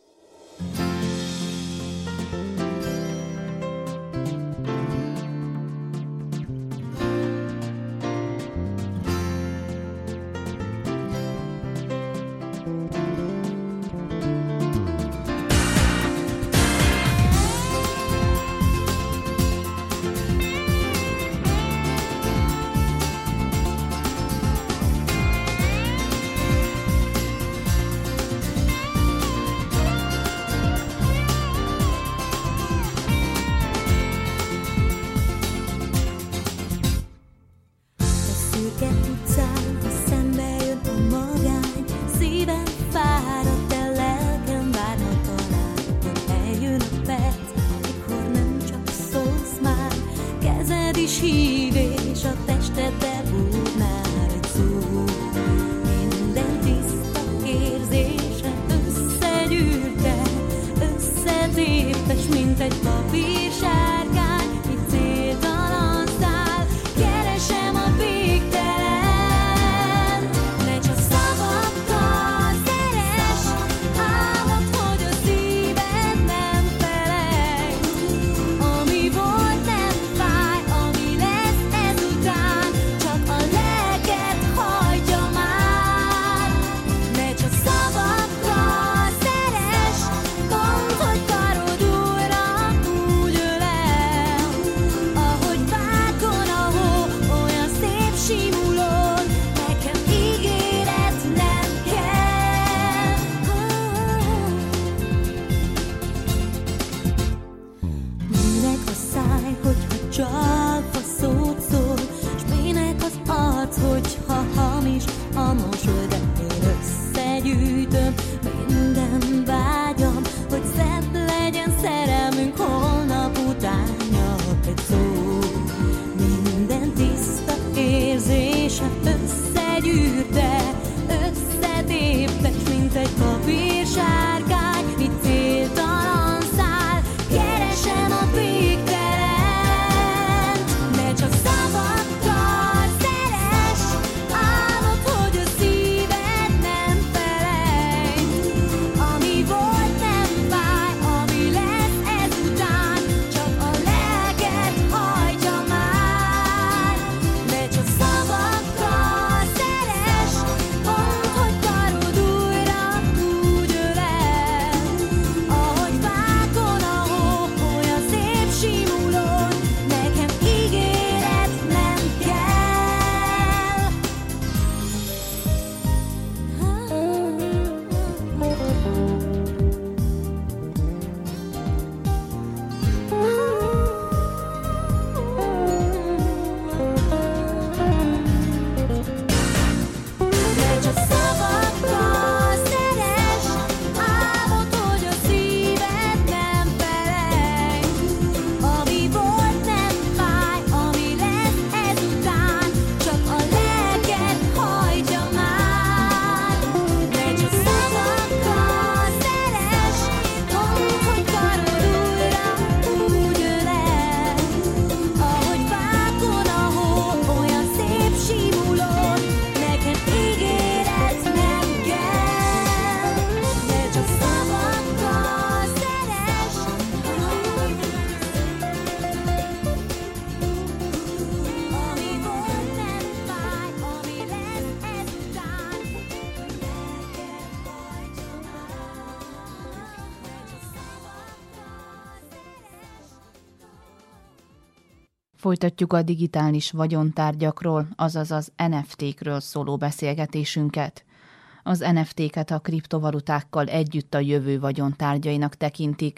Folytatjuk a digitális vagyontárgyakról, azaz az NFT-kről szóló beszélgetésünket. Az NFT-ket a kriptovalutákkal együtt a jövő vagyontárgyainak tekintik,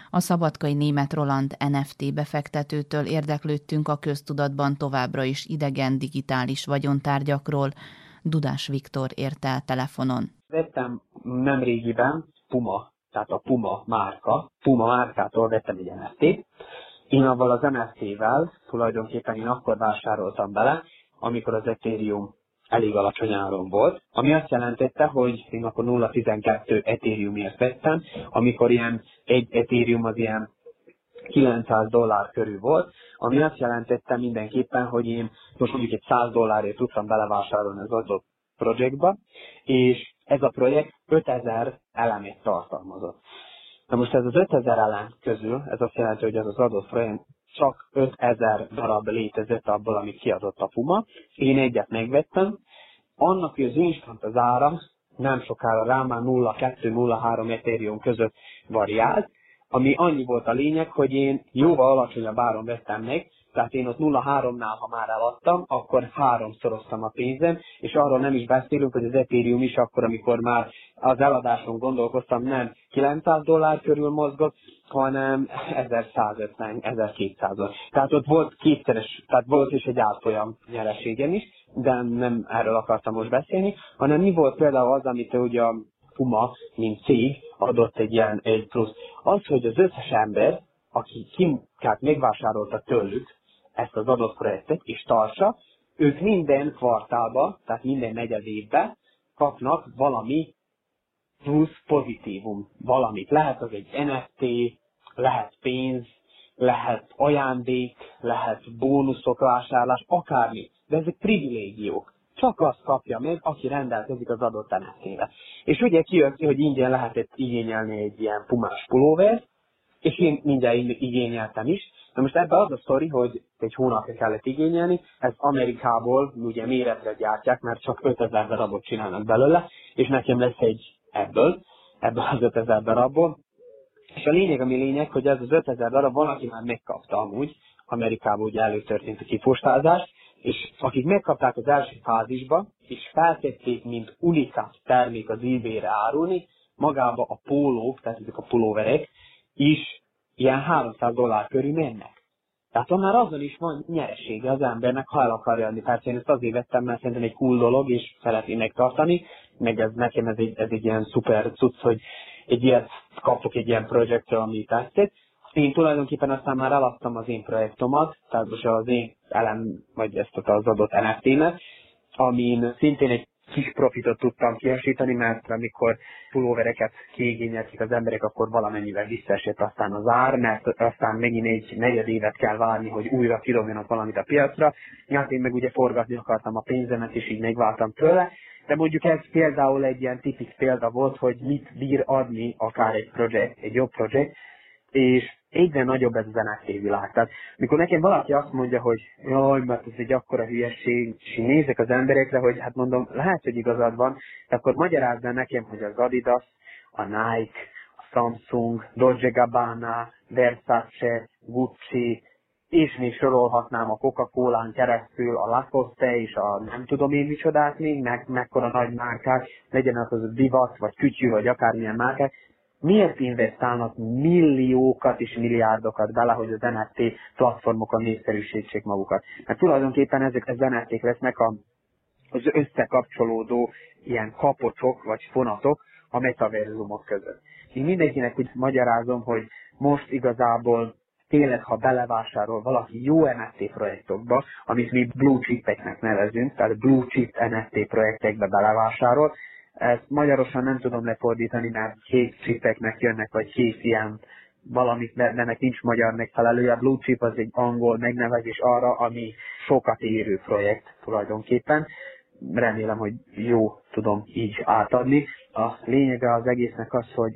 A szabadkai Németh Roland NFT befektetőtől érdeklődtünk a köztudatban továbbra is idegen digitális vagyontárgyakról. Dudás Viktor ért el telefonon. Vettem nemrégiben Puma, tehát a Puma márkától vettem egy NFT-t. Én avval az NFT-vel tulajdonképpen én akkor vásároltam bele, amikor az Ethereum elég alacsony áron volt, ami azt jelentette, hogy én akkor 0,12 Ethereumért vettem, amikor ilyen egy Ethereum az ilyen $900 körül volt, ami azt jelentette mindenképpen, hogy én most mondjuk egy $100 tudtam belevásárolni az adott projektba, és ez a projekt 5000 elemet tartalmazott. Na most ez az 5000 elem közül, ez azt jelenti, hogy ez az adott projekt csak 5000 darab létezett abból, amit kiadott a Puma. Én egyet megvettem, annak az instant az ára nem sokára rá már 0,2-0,3 Ethereum között variált, ami annyi volt a lényeg, hogy én jóval alacsonyabb áron vettem meg, tehát én ott 0,3-nál, ha már eladtam, akkor 3-szoroztam a pénzem, és arról nem is beszélünk, hogy az Ethereum is akkor, amikor már az eladáson gondolkoztam, nem $900 körül mozgott, hanem 1150-1200. Tehát ott volt kétszeres, tehát volt is egy árfolyam nyereségem is, de nem erről akartam most beszélni, hanem mi volt például az, amit ugye a Puma, mint cég adott egy plusz. Az, hogy az összes ember, aki megvásárolta tőlük ezt az adott projektet és tartsa, ők minden kvartálban, tehát minden negyed évben kapnak valami plusz pozitívum, valamit. Lehet az egy NFT, lehet pénz, lehet ajándék, lehet bónuszok, vásárlás, akármi. De ezek privilégiók. Csak azt kapja meg, aki rendelkezik az adott NFT-vel. És ugye kijött ki, hogy ingyen lehetett igényelni egy ilyen pumás pulóvert, és én mindjárt igényeltem is. Na most ebben az a sztori, hogy egy hónapja kellett igényelni, ez Amerikából ugye méretre gyártják, mert csak 5000 darabot csinálnak belőle, és nekem lesz egy ebből az 5000 darabból. És a lényeg, ami lényeg, hogy ez az 5000 darab valaki már megkapta amúgy, Amerikában ugye előtörtént a kipostázás, és akik megkapták az első fázisba, és feltették, mint unikát termék az eBay-re árulni, magába a pólók, tehát ezek a pulóverek is ilyen $300 körül mennek. Tehát már azon is van nyeresége az embernek, ha el akarja adni. Persze én ezt azért vettem, mert szerintem egy cool dolog, és szeretném megtartani, meg nekem ez egy ilyen szuper cucc, hogy egy ilyet kapok egy ilyen projektről, ami tetszett. Én tulajdonképpen aztán már eladtam az én projektomat, tehát most az én vagy ezt az adott NFT-met, amin szintén egy kis profitot tudtam kiesíteni, mert amikor pulóvereket kiigényelték az emberek, akkor valamennyivel visszaesett aztán az ár, mert aztán megint egy negyed évet kell várni, hogy újra kidobjanak valamit a piacra. Hát én meg ugye forgatni akartam a pénzemet, és így megváltam tőle. De mondjuk ez például egy ilyen tipik példa volt, hogy mit bír adni akár egy projekt, egy jobb projekt, és egyre nagyobb ez az NFT világ. Tehát mikor nekem valaki azt mondja, hogy jaj, mert ez egy akkora hülyesség, és nézek az emberekre, hogy hát mondom, lehet, hogy igazad van, de akkor magyarázd el nekem, hogy az Adidas, a Nike, a Samsung, Dolce Gabbana, Versace, Gucci, és még sorolhatnám a Coca-Colán keresztül a Lacoste és a nem tudom én micsodát még, mekkora nagy márkák, legyen az a divat, vagy kütyű, vagy akármilyen márkák. Miért investálnak milliókat és milliárdokat bele, hogy az NFT platformokon népszerűsítsék magukat? Mert tulajdonképpen ezek az NFT-k lesznek az összekapcsolódó ilyen kapocsok vagy fonatok a metaverzumok között. Én mindenkinek úgy magyarázom, hogy most igazából tényleg, ha belevásárol valaki jó NFT projektokba, amit mi blue chipeknek nevezünk, tehát blue chip NFT projektekbe belevásárol, ezt magyarosan nem tudom lefordítani, mert kék chipeknek jönnek, vagy kék ilyen valamit, de ennek nincs magyar megfelelője. A blue chip az egy angol megnevezés arra, ami sokat érő projekt tulajdonképpen. Remélem, hogy jó tudom így átadni. A lényege az egésznek az, hogy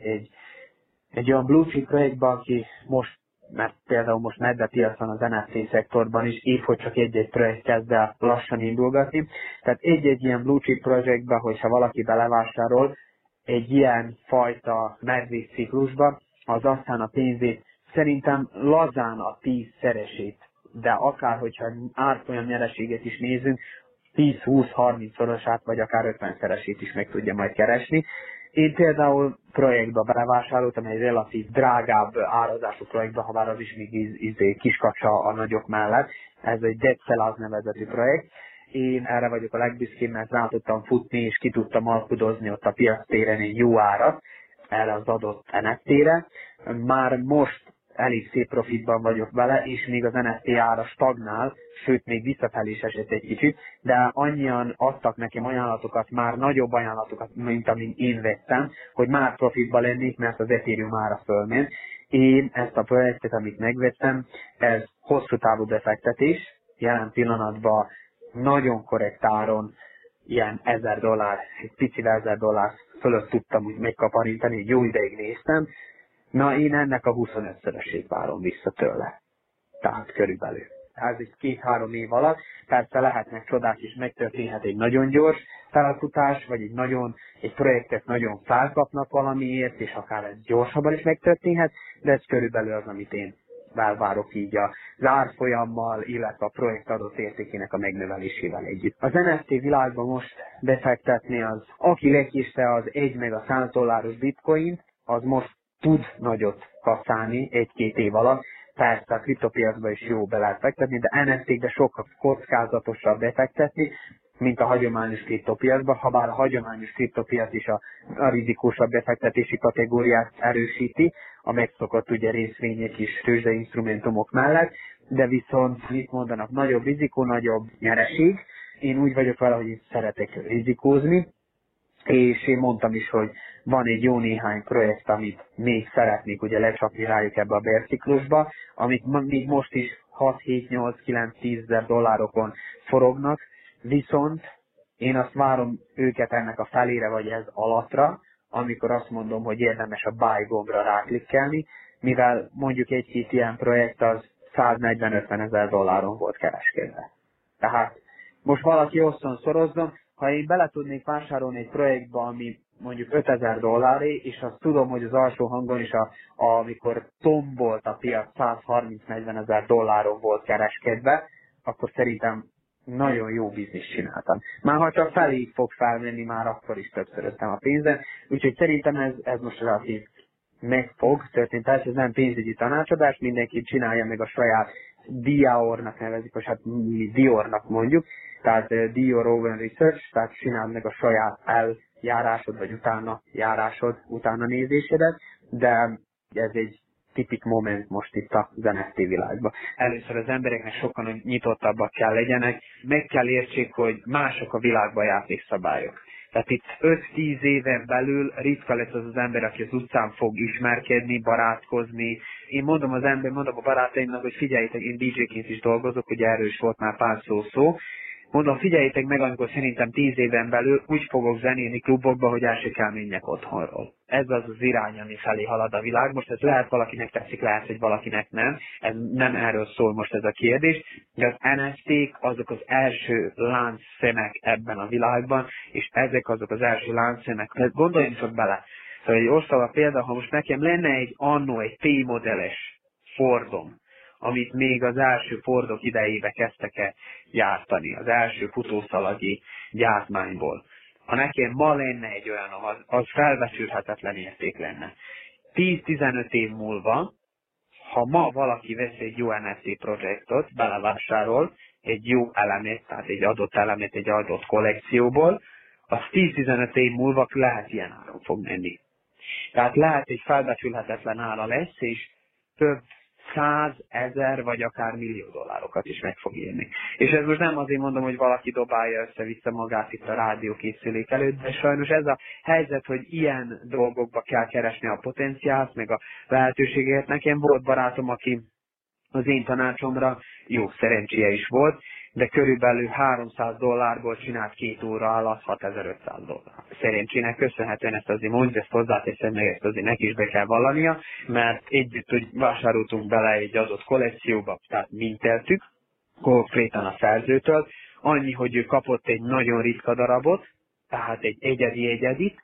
egy olyan blue chip projektben, aki most, mert például most medvepiacon az NFT szektorban is épp, hogy csak egy-egy projekt kezd el lassan indulgatni. Tehát egy-egy ilyen blue chip projektbe, hogyha valaki belevásárol egy ilyen fajta medvés ciklusba, az aztán a pénzét szerintem lazán a 10-szeresét, de akár, hogyha árfolyam nyereséget is nézünk, 10-20-30 szorosát, vagy akár 50-szeresét is meg tudja majd keresni. Én például projektbe belevásároltam, egy relatív drágább árazású projektbe, ha bár az is még kiskacsa a nagyok mellett. Ez egy Dead Cells nevezetű projekt. Én erre vagyok a legbüszkébb, mert rá tudtam futni, és ki tudtam alkudozni ott a piactéren egy jó árat erre az adott NFT-re. Már most elég szép profitban vagyok vele, és még az NFT ára stagnál, sőt még visszafelé is esett egy kicsit, de annyian adtak nekem ajánlatokat, már nagyobb ajánlatokat, mint amin én vettem, hogy már profitban lennék, mert az Ethereum ára fölment. Én ezt a projektet, amit megvettem, ez hosszú távú befektetés, jelen pillanatban nagyon korrekt áron, ilyen $1000, egy picivel $1000 fölött tudtam úgy megkaparintani, egy jó ideig néztem. Na, én ennek a 25-szörösét várom vissza tőle. Tehát körülbelül. Ez egy 2-3 év alatt. Persze lehetnek csodák is, megtörténhet egy nagyon gyors felfutás, vagy egy projektet nagyon felkapnak valamiért, és akár ez gyorsabban is megtörténhet, de ez körülbelül az, amit én elvárok így az árfolyammal, illetve a projekt adott értékének a megnövelésével együtt. Az NFT világban most befektetni az, aki lekéste az 1 meg a $100 bitcoint, az most tud nagyot kaszálni 1-2 év alatt. Persze a kriptopiacban is jó be lehet fektetni, de NFT-kbe sokkal kockázatosabb befektetni, mint a hagyományos kriptopiacban, ha bár a hagyományos kriptopiac is a rizikósabb befektetési kategóriát erősíti, a megszokott ugye részvények is tőzsdei instrumentumok mellett, de viszont mit mondanak, nagyobb rizikó, nagyobb nyereség. Én úgy vagyok vele, hogy szeretek rizikózni, és én mondtam is, hogy van egy jó néhány projekt, amit még szeretnék ugye lecsapni rájuk ebbe a bérciklusba, amik még most is 6, 7, 8, 9, 10 ezer dollárokon forognak, viszont én azt várom őket ennek a felére vagy ez alattra, amikor azt mondom, hogy érdemes a buy gombra ráklikkelni, mivel mondjuk egy-két ilyen projekt az 140-50 ezer dolláron volt kereskedve. Tehát most valaki osszon szorozzon, ha én bele tudnék vásárolni egy projektbe, ami mondjuk $5000, és azt tudom, hogy az alsó hangon is, amikor tombolt a piac, 130-40 ezer dolláron volt kereskedve, akkor szerintem nagyon jó bizniszt csináltam. Már ha csak feléig fog felmenni, már akkor is többszöröztem a pénzem, úgyhogy szerintem ez most relatív meg fog történni. Persze ez nem pénzügyi tanácsadás, mindenki csinálja meg a saját Diornak nevezik, vagy hát mi Diornak mondjuk, tehát Dior Owen Research, tehát csináld meg a saját eljárásod, vagy utána nézésedet, de ez egy tipik moment most itt a NFT világban. Először az embereknek sokkal nyitottabbak kell legyenek, meg kell értsék, hogy mások a világban játékszabályok. Tehát itt 5-10 éven belül ritka lesz az ember, aki az utcán fog ismerkedni, barátkozni. Én mondom a barátaimnak, hogy figyeljétek, én DJ-ként is dolgozok, ugye erről is volt már pár szó. Mondom, figyeljétek meg, amikor szerintem 10 éven belül úgy fogok zenélni klubokba, hogy el se kell menjek otthonról. Ez az az irány, ami felé halad a világ. Most ez lehet valakinek tetszik, lehet, hogy valakinek nem. Ez nem erről szól most ez a kérdés. De az NFT-k azok az első láncszemek ebben a világban, és ezek azok az első láncszemek. Gondoljunk csak bele. Szóval egy osztava példa, ha most nekem lenne egy P-modelles Fordom, amit még az első Fordok idejébe kezdtek el gyártani, az első futószalagi gyártmányból. Ha nekem ma lenne egy olyan, az felbecsülhetetlen érték lenne. 10-15 év múlva, ha ma valaki vesz egy jó NFT projektot, belevásárol egy jó elemet, tehát egy adott elemet egy adott kollekcióból, az 10-15 év múlva lehet ilyen áron fog menni. Tehát lehet egy felbecsülhetetlen ára lesz, és több 100, 1000 vagy akár millió dollárokat is meg fog érni. És ez most nem azért mondom, hogy valaki dobálja össze-vissza magát itt a rádiókészülék előtt, de sajnos ez a helyzet, hogy ilyen dolgokba kell keresni a potenciált, meg a lehetőséget. Nekem volt barátom, aki az én tanácsomra jó szerencséje is volt, de körülbelül $300 csinált 2 óra alatt $6500. Szerencsének köszönhetően ezt azért mondja, ezt hozzáteszem, meg ezt azért neki is be kell vallania, mert együtt, hogy vásároltunk bele egy adott kollekcióba, tehát minteltük, konkrétan a szerzőtől, annyi, hogy ő kapott egy nagyon ritka darabot, tehát egy egyedit,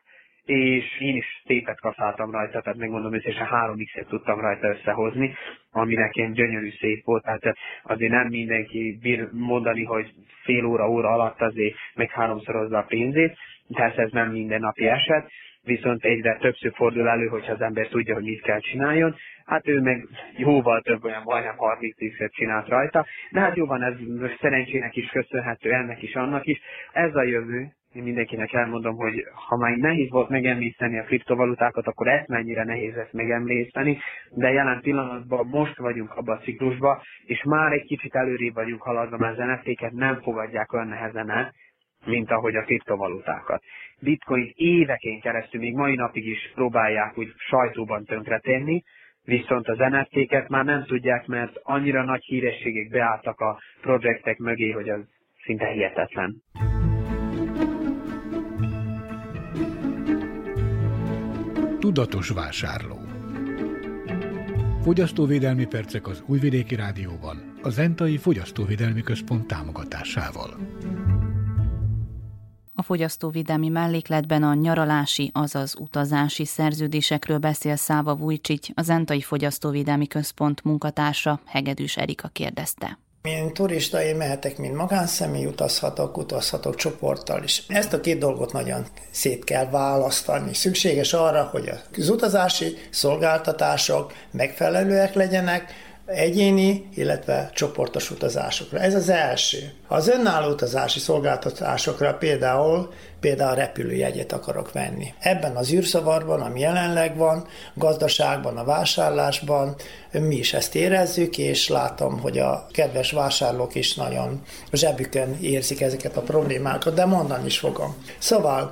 és én is szépet kaszáltam rajta, tehát megmondom, hogy összesen 3x-et tudtam rajta összehozni, ami nekem gyönyörű szép volt, tehát azért nem mindenki bír mondani, hogy fél óra alatt azért meg háromszorozza a pénzét, tehát ez nem mindennapi eset, viszont egyre többször fordul elő, hogyha az ember tudja, hogy mit kell csináljon. Hát ő meg jóval több, olyan majdnem 30-szer csinált rajta, de hát jó van, ez szerencsének is köszönhető, ennek is, annak is. Ez a jövő. Én mindenkinek elmondom, hogy ha már nehéz volt megemlészteni a kriptovalutákat, akkor ezt mennyire nehéz ezt megemlészteni, de jelen pillanatban most vagyunk abban a ciklusban, és már egy kicsit előrébb vagyunk haladva, mert az NFT-ket nem fogadják olyan nehezen el, mint ahogy a kriptovalutákat. Bitcoin éveken keresztül, még mai napig is próbálják úgy sajtóban tönkretenni, viszont az NFT-ket már nem tudják, mert annyira nagy hírességek beálltak a projektek mögé, hogy az szinte hihetetlen. Tudatos vásárló. Fogyasztóvédelmi percek az Újvidéki Rádióban, a Zentai Fogyasztóvédelmi Központ támogatásával. A fogyasztóvédelmi mellékletben a nyaralási, azaz utazási szerződésekről beszél Száva Vujcsics, a Zentai Fogyasztóvédelmi Központ munkatársa. Hegedűs Erika kérdezte. Én turista, én mehetek, mint magánszemély, utazhatok csoporttal is. Ezt a két dolgot nagyon szét kell választani. Szükséges arra, hogy az utazási szolgáltatások megfelelőek legyenek, egyéni, illetve csoportos utazásokra. Ez az első. Az önálló utazási szolgáltatásokra például repülőjegyet akarok venni. Ebben az űrszavarban, ami jelenleg van, gazdaságban, a vásárlásban, mi is ezt érezzük, és látom, hogy a kedves vásárlók is nagyon zsebükön érzik ezeket a problémákat, de mondani is fogom. Szóval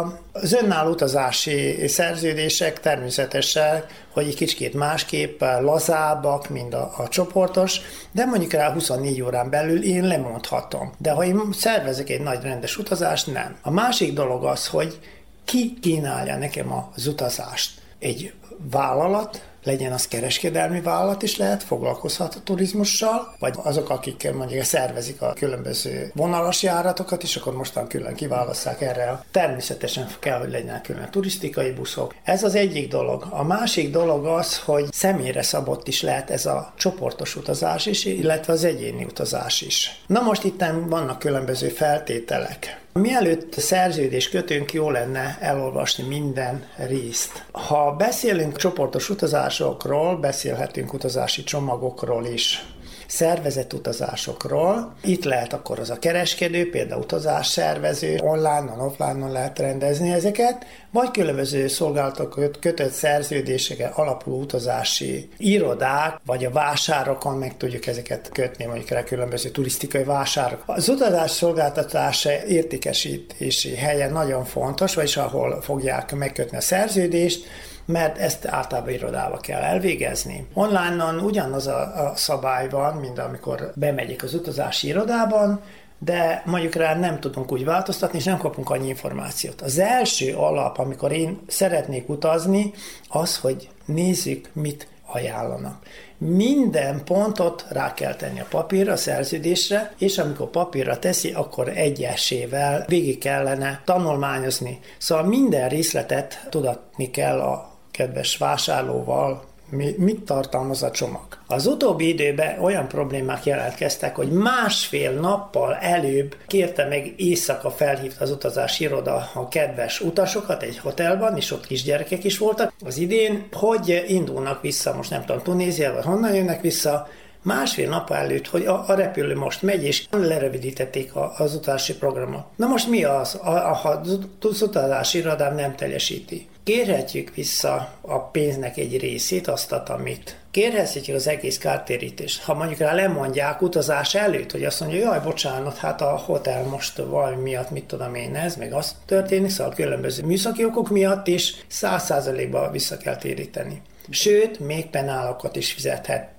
az önálló utazási szerződések természetesen, hogy egy kicsit másképp lazábbak, mint a csoportos, de mondjuk rá 24 órán belül én lemondhatom. De ha én szervezek egy nagy rendes utazást, nem. A másik dolog az, hogy ki kínálja nekem az utazást. Egy vállalat, legyen az kereskedelmi vállalat is lehet, foglalkozhat a turizmussal, vagy azok, akik mondjuk szervezik a különböző vonalas járatokat, és akkor mostan külön kiválasszák erre. Természetesen kell, hogy legyen külön turisztikai buszok. Ez az egyik dolog. A másik dolog az, hogy személyre szabott is lehet ez a csoportos utazás is, illetve az egyéni utazás is. Na most itt vannak különböző feltételek. Mielőtt szerződést kötünk, jó lenne elolvasni minden részt. Ha beszélünk csoportos utazásokról, beszélhetünk utazási csomagokról is. Szervezett utazásokról. Itt lehet akkor az a kereskedő, például utazásszervező, online-on, offline-on lehet rendezni ezeket, vagy különböző szolgáltatók kötött szerződéseken alapuló utazási irodák, vagy a vásárokon meg tudjuk ezeket kötni, mondjuk rá különböző turisztikai vásárok. Az utazás szolgáltatása értékesítési helye nagyon fontos, vagyis ahol fogják megkötni a szerződést, mert ezt általában irodába kell elvégezni. Online-on ugyanaz a szabály van, mint amikor bemegyek az utazási irodában, de mondjuk rá nem tudunk úgy változtatni, és nem kapunk annyi információt. Az első alap, amikor én szeretnék utazni, az, hogy nézzük, mit ajánlanak. Minden pontot rá kell tenni a papírra, a szerződésre, és amikor papírra teszi, akkor egyesével végig kellene tanulmányozni. Szóval minden részletet tudatni kell a kedves vásárlóval, mit tartalmaz a csomag. Az utóbbi időben olyan problémák jelentkeztek, hogy másfél nappal előbb kérte meg éjszaka felhívta az utazási iroda a kedves utasokat egy hotelban, és ott kisgyerekek is voltak az idén, hogy indulnak vissza, most nem tudom, Tunézia, vagy honnan jönnek vissza, másfél nap előtt, hogy a repülő most megy, és lerövidítették az utazási programot. Na most mi az, ha az utazási irodám nem teljesíti? Kérhetjük vissza a pénznek egy részét, azt, amit kérhetjük az egész kártérítést. Ha mondjuk rá lemondják utazás előtt, hogy azt mondja, jaj, bocsánat, hát a hotel most valami miatt, mit tudom én, ez, meg az történik, szóval különböző műszaki okok miatt is 100%-ban vissza kell téríteni. Sőt, még penálokat is fizethetnek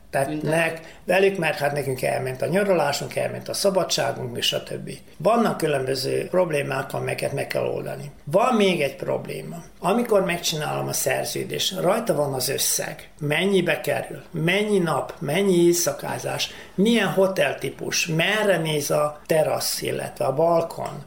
velük, mert hát nekünk elment a nyaralásunk, elment a szabadságunk, és a többi. Vannak különböző problémák, amelyeket meg kell oldani. Van még egy probléma. Amikor megcsinálom a szerződést, rajta van az összeg. Mennyibe kerül? Mennyi nap? Mennyi éjszakázás? Milyen hoteltípus? Merre néz a terasz, illetve a balkon?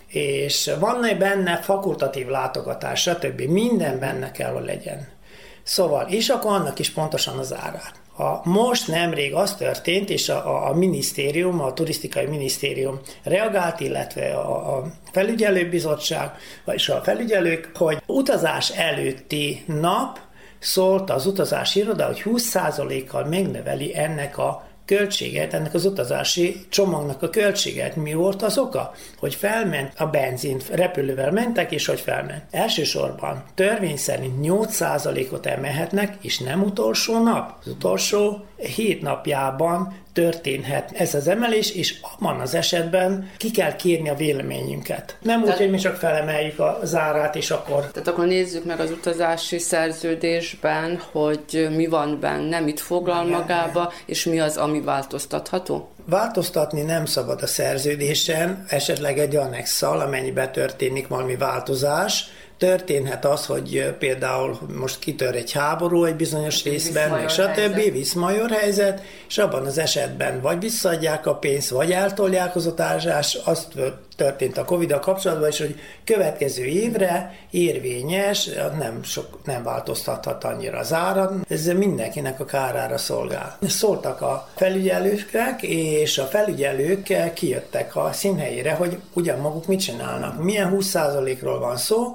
És van benne fakultatív látogatás, stb. Minden benne kell, hogy legyen. Szóval, és akkor annak is pontosan az árát. Most nemrég az történt, és a minisztérium, a turisztikai minisztérium reagált, illetve a felügyelőbizottság, és a felügyelők, hogy utazás előtti nap szólt az utazási iroda, hogy 20%-kal megnöveli ennek a költséget, ennek az utazási csomagnak a költséget. Mi volt az oka? Hogy felment a benzin, repülővel mentek, és hogy felment. Elsősorban törvény szerint 8%-ot emelhetnek, és nem utolsó nap. Az utolsó 7 napjában történhet ez az emelés, és abban az esetben ki kell kérni a véleményünket. Nem úgy, hogy mi csak felemeljük az árát, és akkor... Tehát akkor nézzük meg az utazási szerződésben, hogy mi van benne, mit foglal magába, és mi az, ami változtatható? Változtatni nem szabad a szerződésen, esetleg egy annexszal, amennyiben történik valami változás. Történhet az, hogy például most kitör egy háború egy bizonyos részben, meg stb. Viszmajor helyzet, és abban az esetben vagy visszaadják a pénzt, vagy eltolják az utazást. Az történt a Covid-dal kapcsolatban is, hogy következő évre érvényes, nem változtathat annyira az ára. Ez mindenkinek a kárára szolgál. Szóltak a felügyelőknek, és a felügyelők kijöttek a színhelyére, hogy ugyan maguk mit csinálnak. Milyen 20%-ról van szó,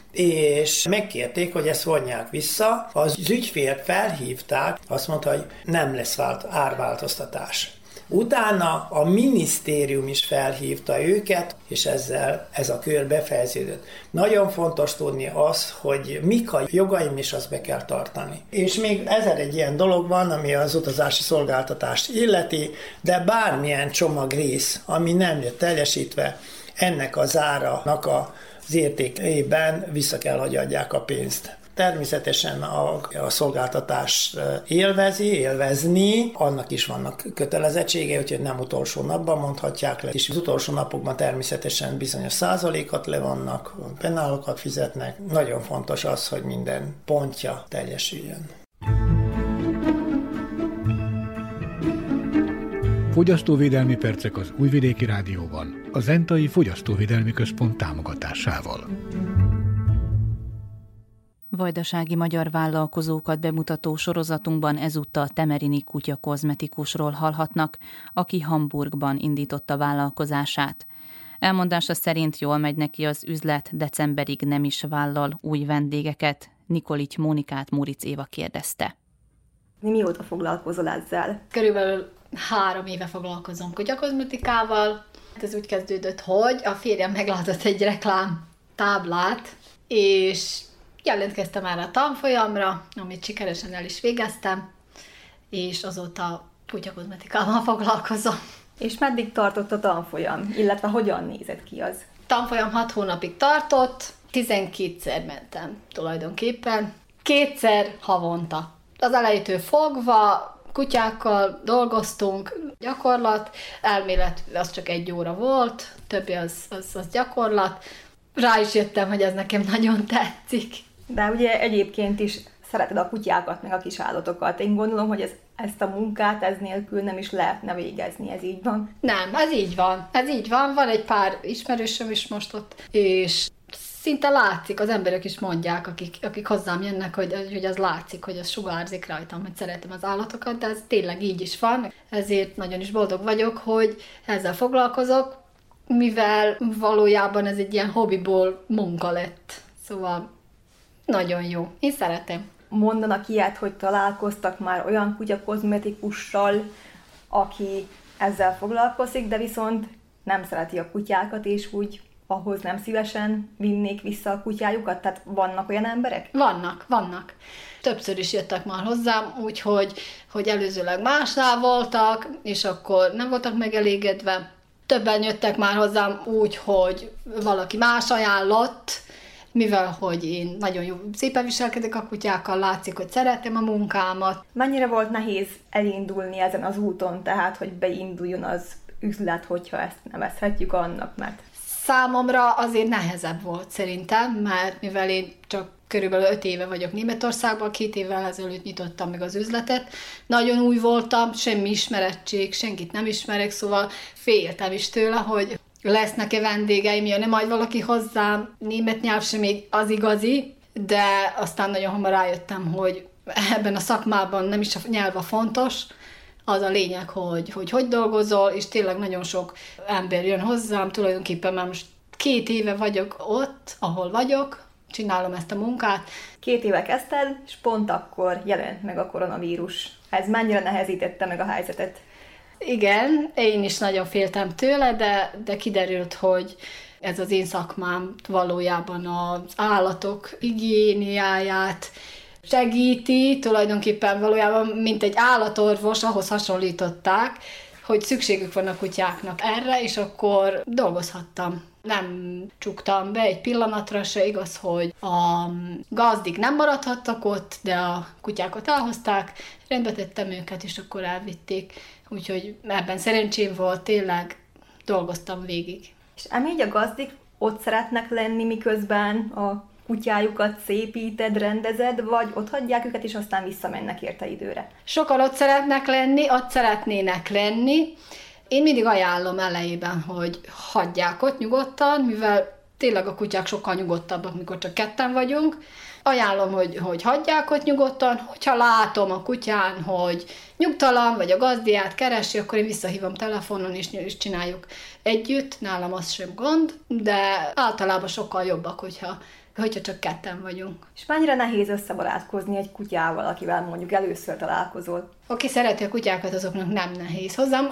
és megkérték, hogy ezt vonják vissza. Az ügyfélt felhívták, azt mondta, hogy nem lesz árváltoztatás. Utána a minisztérium is felhívta őket, és ezzel ez a kör befejeződött. Nagyon fontos tudni az, hogy mik a jogaim, és azt be kell tartani. És még 1001 ilyen dolog van, ami az utazási szolgáltatást illeti, de bármilyen csomagrész, ami nem jött teljesítve, ennek az áranak az értékében vissza kell, hogy adják a pénzt. Természetesen a szolgáltatás élvezni, annak is vannak kötelezettségei, úgyhogy nem utolsó napban mondhatják le, és az utolsó napokban természetesen bizonyos százalékot levonnak, pennálokat fizetnek. Nagyon fontos az, hogy minden pontja teljesüljön. Fogyasztóvédelmi percek az Újvidéki Rádióban, a Zentai Fogyasztóvédelmi Központ támogatásával. Vajdasági magyar vállalkozókat bemutató sorozatunkban ezúttal Temerini Kutya kozmetikusról hallhatnak, aki Hamburgban indította vállalkozását. Elmondása szerint jól megy neki az üzlet, decemberig nem is vállal új vendégeket. Nikolics Mónikát Muric Éva kérdezte. Mióta foglalkozol ezzel? Körülbelül 3 éve foglalkozom kutyakozmetikával. Ez úgy kezdődött, hogy a férjem meglátott egy reklám táblát, és jelentkeztem erre a tanfolyamra, amit sikeresen el is végeztem, és azóta kutyakozmetikával foglalkozom. És meddig tartott a tanfolyam, illetve hogyan nézett ki az? Tanfolyam 6 hónapig tartott, 12-szer mentem tulajdonképpen, 2-szer havonta. Az elejétől fogva kutyákkal dolgoztunk, gyakorlat, elmélet az csak 1 óra volt, többi az gyakorlat. Rá is jöttem, hogy ez nekem nagyon tetszik. De ugye egyébként is szereted a kutyákat, meg a kis állatokat. Én gondolom, hogy ezt a munkát ez nélkül nem is lehetne végezni, ez így van? Nem, ez így van. Ez így van. Van egy pár ismerősöm is most ott, és szinte látszik, az emberek is mondják, akik hozzám jönnek, hogy az látszik, hogy az sugárzik rajtam, hogy szeretem az állatokat, de ez tényleg így is van. Ezért nagyon is boldog vagyok, hogy ezzel foglalkozok, mivel valójában ez egy ilyen hobbiból munka lett. Szóval nagyon jó. Én szeretem. Mondanak ilyet, hogy találkoztak már olyan kutyakozmetikussal, aki ezzel foglalkozik, de viszont nem szereti a kutyákat, és úgy ahhoz nem szívesen vinnék vissza a kutyájukat? Tehát vannak olyan emberek? Vannak. Többször is jöttek már hozzám, úgyhogy előzőleg másnál voltak, és akkor nem voltak megelégedve. Többen jöttek már hozzám úgy, hogy valaki más ajánlott, mivel hogy én nagyon jó, szépen viselkedek a kutyákkal, látszik, hogy szeretem a munkámat. Mennyire volt nehéz elindulni ezen az úton, tehát hogy beinduljon az üzlet, hogyha ezt nevezhetjük annak, mert... Számomra azért nehezebb volt szerintem, mert mivel én csak körülbelül 5 éve vagyok Németországban, 2 évvel ezelőtt nyitottam meg az üzletet. Nagyon új voltam, semmi ismerettség, senkit nem ismerek, szóval féltem is tőle, hogy lesznek-e vendégeim, jönne majd valaki hozzám, német nyelv sem még az igazi, de aztán nagyon hamar rájöttem, hogy ebben a szakmában nem is a nyelv a fontos, az a lényeg, hogy dolgozol, és tényleg nagyon sok ember jön hozzám, tulajdonképpen már most 2 éve vagyok ott, ahol vagyok, csinálom ezt a munkát. 2 éve kezdted, és pont akkor jelent meg a koronavírus. Ez mennyire nehezítette meg a helyzetet? Igen, én is nagyon féltem tőle, de kiderült, hogy ez az én szakmám valójában az állatok higiéniáját segíti, tulajdonképpen valójában, mint egy állatorvos, ahhoz hasonlították, hogy szükségük van a kutyáknak erre, és akkor dolgozhattam. Nem csuktam be egy pillanatra se, igaz, hogy a gazdik nem maradhattak ott, de a kutyákat elhozták, rendbe tettem őket, és akkor elvitték. Úgyhogy ebben szerencsém volt, tényleg dolgoztam végig. És így a gazdik ott szeretnek lenni, miközben a kutyájukat szépíted, rendezed, vagy ott hagyják őket, és aztán visszamennek érte időre? Sokan ott szeretnek lenni, ott szeretnének lenni. Én mindig ajánlom elejében, hogy hagyják ott nyugodtan, mivel tényleg a kutyák sokkal nyugodtabbak, mikor csak 2 vagyunk. Ajánlom, hogy hagyják ott nyugodtan, hogyha látom a kutyán, hogy nyugtalan, vagy a gazdiát keresi, akkor én visszahívom telefonon, és csináljuk együtt, nálam az sem gond, de általában sokkal jobbak, hogyha csak 2 vagyunk. És mennyire nehéz összebarátkozni egy kutyával, akivel mondjuk először találkozol? Aki szereti a kutyákat, azoknak nem nehéz. Hozzám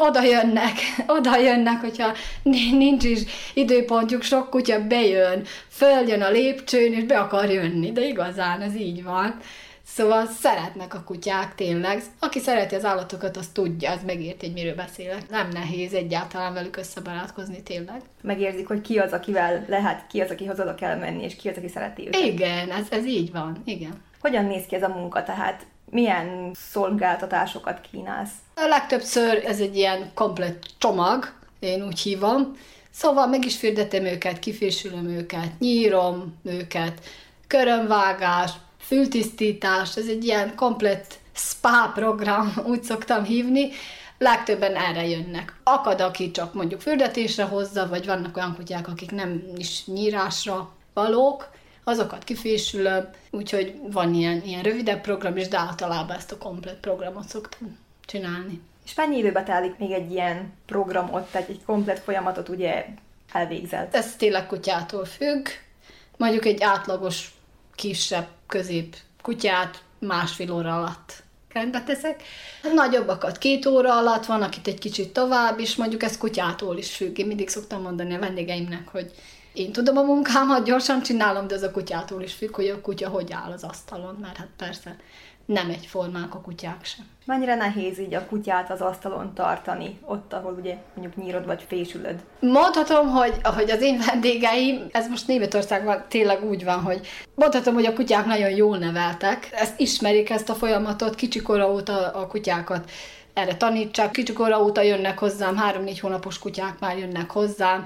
oda jönnek, hogyha nincs is időpontjuk, sok kutya bejön, följön a lépcsőn, és be akar jönni, de igazán ez így van. Szóval szeretnek a kutyák tényleg. Aki szereti az állatokat, az tudja, az megérti, hogy miről beszélek. Nem nehéz egyáltalán velük összebarátkozni tényleg. Megérzik, hogy ki az, akivel lehet, ki az, akihoz oda kell menni, és ki az, aki szereti őket. Igen, ez így van, igen. Hogyan néz ki ez a munka tehát? Milyen szolgáltatásokat kínálsz? A legtöbbször ez egy ilyen komplett csomag, én úgy hívom. Szóval meg is fürdetem őket, kifésülöm őket, nyírom őket, körömvágás, fültisztítás, ez egy ilyen komplett spa program, úgy szoktam hívni, legtöbben erre jönnek. Akad, aki csak mondjuk fürdetésre hozza, vagy vannak olyan kutyák, akik nem is nyírásra valók, azokat kifésülöm, úgyhogy van ilyen rövidebb program is, de általában ezt a komplett programot szoktam csinálni. És mennyi időbe telik még egy ilyen programot, tehát egy komplett folyamatot ugye elvégzel? Ez tényleg kutyától függ, mondjuk egy átlagos kisebb, közép kutyát 1,5 óra alatt rendbe teszek. Nagyobbakat 2 óra alatt, van, akit egy kicsit tovább is, mondjuk ez kutyától is függ. Én mindig szoktam mondani a vendégeimnek, hogy én tudom a munkámat, gyorsan csinálom, de ez a kutyától is függ, hogy a kutya hogy áll az asztalon, mert hát persze nem egyformák a kutyák sem. Mennyire nehéz így a kutyát az asztalon tartani, ott, ahol ugye mondjuk nyírod vagy fésülöd? Mondhatom, hogy az én vendégeim, ez most Németországban tényleg úgy van, hogy mondhatom, hogy a kutyák nagyon jól neveltek, ezt ismerik, ezt a folyamatot, kicsikora óta a kutyákat erre tanítsák, kicsikora óta jönnek hozzám, 3-4 hónapos kutyák már jönnek hozzám,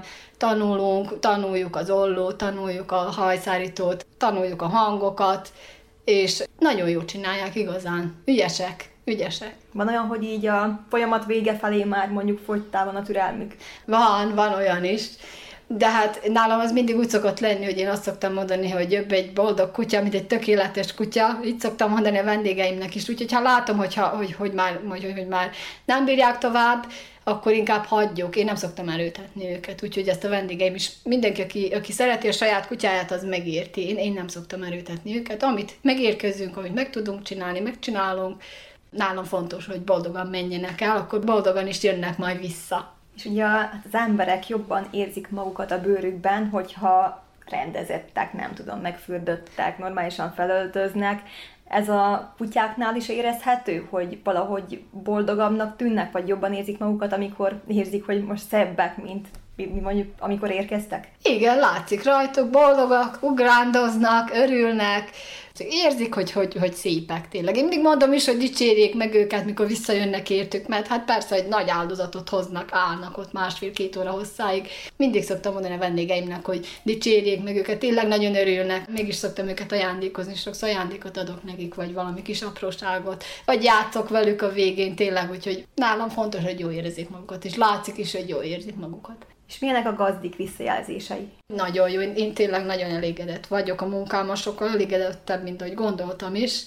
tanuljuk az ollót, tanuljuk a hajszárítót, tanuljuk a hangokat, és nagyon jól csinálják igazán. Ügyesek. Van olyan, hogy így a folyamat vége felé már mondjuk fogytál van a türelmük? Van olyan is. De hát nálam az mindig úgy szokott lenni, hogy én azt szoktam mondani, hogy jobb egy boldog kutya, mint egy tökéletes kutya. Így szoktam mondani a vendégeimnek is. Úgyhogy ha látom, hogy már nem bírják tovább, akkor inkább hagyjuk. Én nem szoktam erőltetni őket. Úgyhogy ezt a vendégeim is, mindenki, aki szereti a saját kutyáját, az megérti. Én nem szoktam erőltetni őket. Amit megérkezünk, amit meg tudunk csinálni, megcsinálunk. Nálam fontos, hogy boldogan menjenek el, akkor boldogan is jönnek majd vissza. És ugye az emberek jobban érzik magukat a bőrükben, hogyha rendezettek, nem tudom, megfürdöttek, normálisan felöltöznek. Ez a kutyáknál is érezhető, hogy valahogy boldogabbnak tűnnek, vagy jobban érzik magukat, amikor érzik, hogy most szebbek, mint mi mondjuk, amikor érkeztek? Igen, látszik rajtuk, boldogak, ugrándoznak, örülnek, érzik, hogy szépek tényleg. Én mindig mondom is, hogy dicsérjék meg őket, mikor visszajönnek értük, mert hát persze egy nagy áldozatot hoznak, állnak ott 1,5-2 óra hosszáig. Mindig szoktam mondani a vendégeimnek, hogy dicsérjék meg őket, tényleg nagyon örülnek. Mégis szoktam őket ajándékozni, sokszor ajándékot adok nekik, vagy valami kis apróságot, vagy játszok velük a végén tényleg, úgyhogy nálam fontos, hogy jól érezzék magukat, és látszik is, hogy jól érzik magukat. És milyenek a gazdik visszajelzései? Nagyon jó, én tényleg nagyon elégedett vagyok a munkámmal, sokkal elégedettebb, mint ahogy gondoltam is.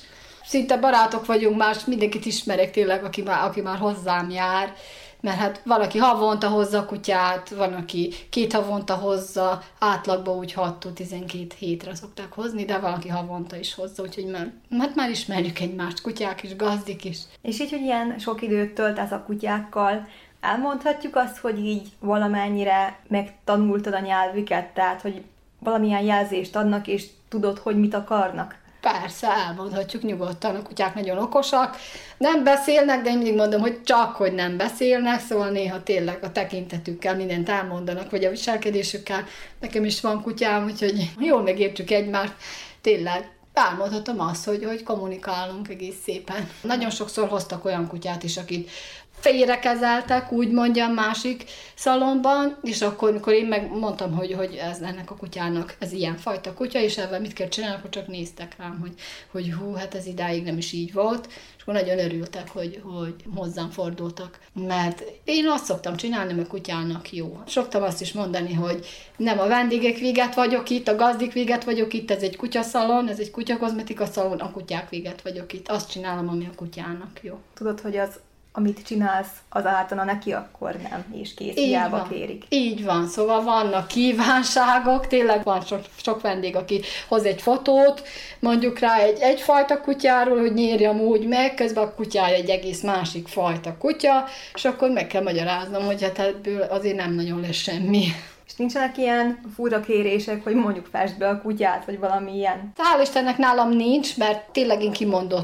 szinte barátok vagyunk, már mindenkit ismerek tényleg, aki már hozzám jár, mert hát valaki havonta hozza a kutyát, van, aki 2 havonta hozza, átlagban úgy 6-12 hétre szokták hozni, de valaki havonta is hozza, úgyhogy már ismerjük egymást, kutyák is, gazdik is. És így, hogy ilyen sok időt töltesz a kutyákkal, elmondhatjuk azt, hogy így valamennyire megtanultad a nyelvüket, tehát, hogy valamilyen jelzést adnak, és tudod, hogy mit akarnak? Persze, elmondhatjuk nyugodtan, a kutyák nagyon okosak, nem beszélnek, de én mindig mondom, hogy csak, hogy nem beszélnek, szóval néha tényleg a tekintetükkel mindent elmondanak, vagy a viselkedésükkel. Nekem is van kutyám, úgyhogy jól megértsük egymást, tényleg. Elmondhatom azt, hogy kommunikálunk egész szépen. Nagyon sokszor hoztak olyan kutyát is, akit félrekezeltek, úgy mondjam, másik szalomban, és akkor, amikor én megmondtam, hogy ez ennek a kutyának, ez ilyen fajta kutya, és ebben mit kell csinálni, akkor csak néztek rám, hogy hú, hát ez idáig nem is így volt, és akkor nagyon örültek, hogy hozzám fordultak. Mert én azt szoktam csinálni, mert a kutyának jó. Szoktam azt is mondani, hogy nem a vendégek véget vagyok itt, a gazdik véget vagyok itt, ez egy kutyaszalon, ez egy kutyakozmetika szalon, a kutyák véget vagyok itt. Azt csinálom, ami a kutyának jó. Tudod, hogy amit csinálsz, az általa neki, akkor nem, és kész, hiába kérik. Így van, szóval vannak kívánságok, tényleg van sok vendég, aki hoz egy fotót, mondjuk rá egyfajta kutyáról, hogy nyírjam úgy meg, közben a kutyája egy egész másik fajta kutya, és akkor meg kell magyaráznom, hogy hát ebből azért nem nagyon lesz semmi. És nincsenek ilyen fura kérések, hogy mondjuk fest be a kutyát, vagy valami ilyen? Hál' Istennek nálam nincs, mert tényleg én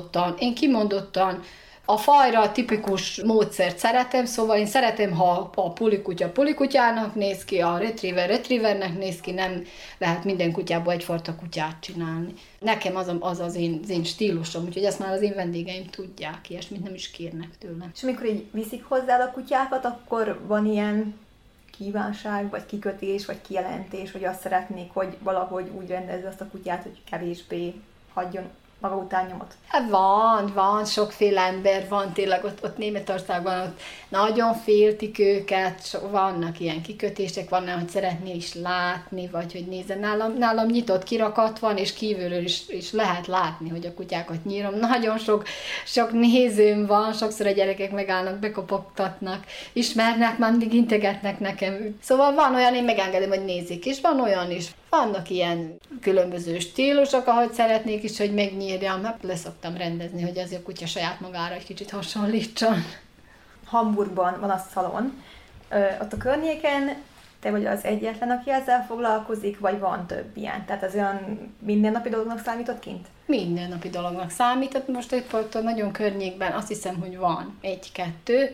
kimondottan a fajra tipikus módszert szeretem, szóval én szeretem, ha a pulikutya pulikutyának néz ki, a retrievernek néz ki, nem lehet minden kutyából egyfajta kutyát csinálni. Nekem az én stílusom, úgyhogy ezt már az én vendégeim tudják, ilyesmit nem is kérnek tőlem. És amikor így viszik hozzá a kutyákat, akkor van ilyen kívánság, vagy kikötés, vagy kijelentés, hogy azt szeretnék, hogy valahogy úgy rendezze azt a kutyát, hogy kevésbé hagyjon maga után nyomot? Hát van, sokféle ember van, tényleg ott Németországban ott nagyon féltik őket, vannak ilyen kikötések, vannak, hogy szeretné is látni, vagy hogy nézze, nálam nyitott kirakat van, és kívülről is lehet látni, hogy a kutyákat nyírom. Nagyon sok nézőm van, sokszor a gyerekek megállnak, bekopogtatnak, ismernek, már mindig integetnek nekem. Szóval van olyan, én megengedem, hogy nézik, és van olyan is. Vannak ilyen különböző stílusok, ahogy szeretnék is, hogy megnyírjam, hát leszoktam rendezni, hogy azért a kutya saját magára egy kicsit hasonlítson. Hamburgban van a szalon. Ott a környéken te vagy az egyetlen, aki ezzel foglalkozik, vagy van több ilyen? Tehát az olyan mindennapi dolognak számított kint? Mindennapi dolognak számított. Most itt nagyon környékben azt hiszem, hogy van 1-2,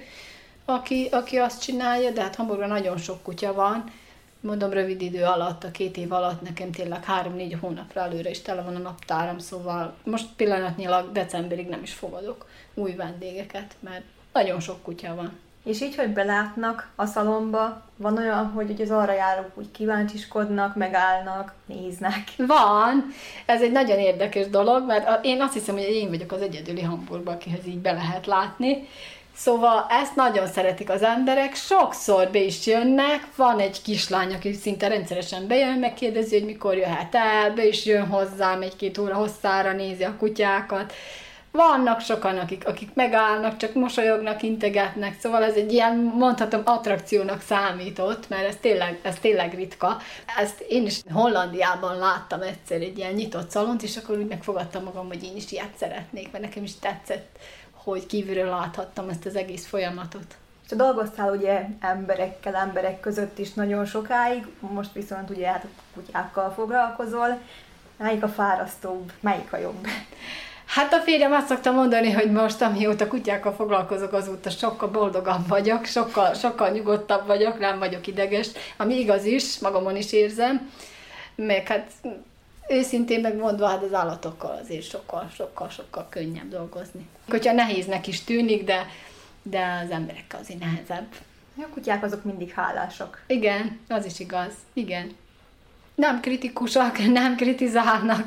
aki azt csinálja, de hát Hamburgban nagyon sok kutya van. Mondom, rövid idő alatt, a 2 év alatt nekem tényleg 3-4 hónapra előre is tele van a naptáram, szóval most pillanatnyilag decemberig nem is fogadok új vendégeket, mert nagyon sok kutya van. És így, hogy belátnak a szalomba, van olyan, hogy az arra járók úgy kíváncsiskodnak, megállnak, néznek? Van. Ez egy nagyon érdekes dolog, mert én azt hiszem, hogy én vagyok az egyedüli Hamburgban, akihez így be lehet látni. Szóval ezt nagyon szeretik az emberek, sokszor be is jönnek, van egy kislány, aki szinte rendszeresen bejön, megkérdezi, hogy mikor jöhet el, be is jön hozzám 1-2 óra hosszára, nézi a kutyákat. Vannak sokan, akik megállnak, csak mosolyognak, integetnek, szóval ez egy ilyen, mondhatom, attrakciónak számított, mert ez tényleg ritka. Ezt én is Hollandiában láttam egyszer egy ilyen nyitott szalont, és akkor úgy megfogadtam magam, hogy én is ilyet szeretnék, mert nekem is tetszett, hogy kívülről láthattam ezt az egész folyamatot. És dolgoztál ugye emberek között is nagyon sokáig, most viszont ugye hát a kutyákkal foglalkozol. Melyik a fárasztóbb, melyik a jobb? Hát a férjem azt szokta mondani, hogy most, amióta kutyákkal foglalkozok, azóta sokkal boldogabb vagyok, sokkal nyugodtabb vagyok, nem vagyok ideges, ami igaz is, magamon is érzem, meg hát őszintén megmondva, hát az állatokkal azért sokkal könnyebb dolgozni. Hogyha nehéznek is tűnik, de az emberekkel azért nehezebb. A kutyák azok mindig hálásak. Igen, az is igaz, igen. Nem kritikusak, nem kritizálnak.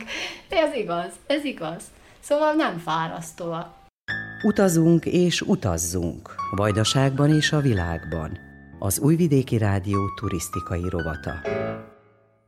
Ez igaz. Szóval nem fárasztóak. Utazunk és utazzunk, Vajdaságban és a világban. Az Újvidéki Rádió turisztikai rovata.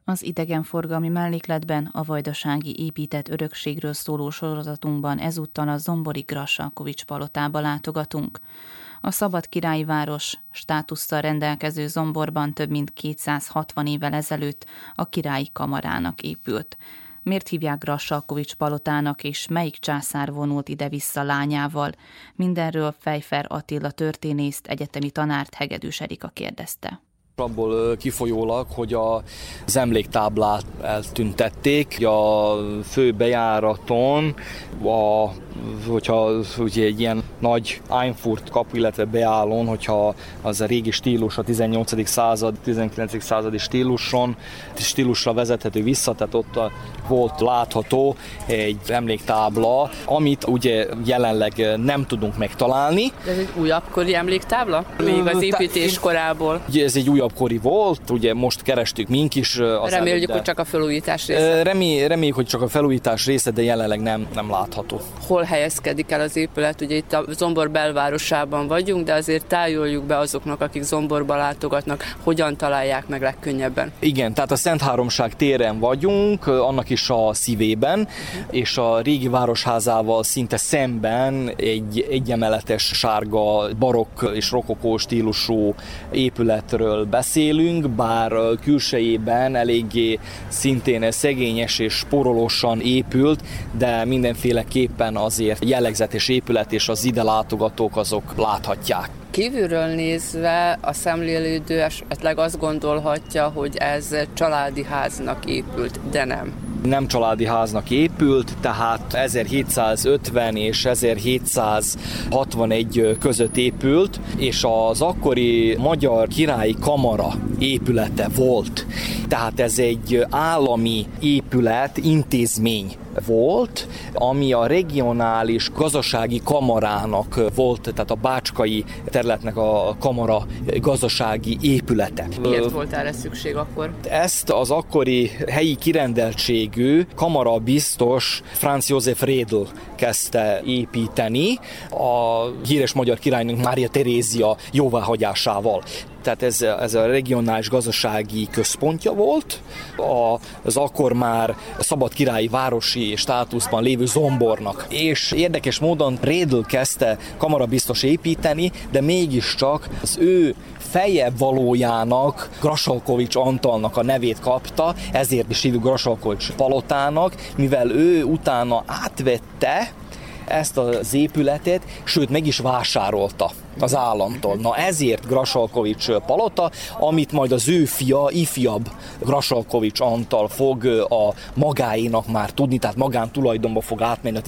Az idegenforgalmi mellékletben a vajdasági épített örökségről szóló sorozatunkban ezúttal a zombori Grassalkovich palotába látogatunk. A szabad királyi város státusszal rendelkező Zomborban több mint 260 évvel ezelőtt a királyi kamarának épült. Miért hívják Grassalkovich palotának, és melyik császár vonult ide-vissza lányával? Mindenről Pfeiffer Attila történészt, egyetemi tanárt Hegedűs Erika kérdezte. Abból kifolyólag, hogy az emléktáblát eltüntették, a fő bejáraton, hogyha ugye egy ilyen nagy Einfurt kapu, illetve beállón, hogyha az a régi stílus, a 18. század, 19. századi stílusra vezethető vissza, tehát ott volt látható egy emléktábla, amit ugye jelenleg nem tudunk megtalálni. De ez egy újabbkori emléktábla? Még az építés korából? Ugye ez egy újabbkori volt, ugye most kerestük mink is. Reméljük, hogy csak a felújítás része. Reméljük, hogy csak a felújítás része, de jelenleg nem látható. Hol helyezkedik el az épület? Ugye itt a Zombor belvárosában vagyunk, de azért tájoljuk be azoknak, akik Zomborba látogatnak, hogyan találják meg legkönnyebben. Igen, tehát a Szent Háromság téren vagyunk, annak is a szívében, és a régi városházával szinte szemben egy egyemeletes sárga barokk és rokokó stílusú épületről beszélünk, bár külsejében eléggé szintén szegényes és spórolósan épült, de mindenféleképpen azért jellegzetes épület, és az ide látogatók azok láthatják. Kívülről nézve a szemlélődő esetleg azt gondolhatja, hogy ez családi háznak épült, de nem. Nem családi háznak épült, tehát 1750 és 1761 között épült, és az akkori Magyar Királyi Kamara épülete volt. Tehát ez egy állami épület, intézmény volt, ami a regionális gazdasági kamarának volt, tehát a bácskai területnek a kamara gazdasági épülete. Miért volt erre szükség akkor? Ezt az akkori helyi kirendeltségű kamarabiztos Franz Josef Redl kezdte építeni a híres magyar királynőnk Mária Terézia jóváhagyásával. Tehát ez a regionális gazdasági központja volt, az akkor már szabad királyi városi státuszban lévő Zombornak. És érdekes módon Redl kezdte kamarabiztos építeni, de mégiscsak az ő feljebb valójának, Grassalkovich Antalnak a nevét kapta, ezért is hívjuk Grassalkovich palotának, mivel ő utána átvette ezt az épületet, sőt meg is vásárolta az államtól. Na ezért Grassalkovich palota, amit majd az ő fia, ifjabb Grassalkovich Antal fog a magáénak már tudni, tehát magántulajdonba fog átmenni a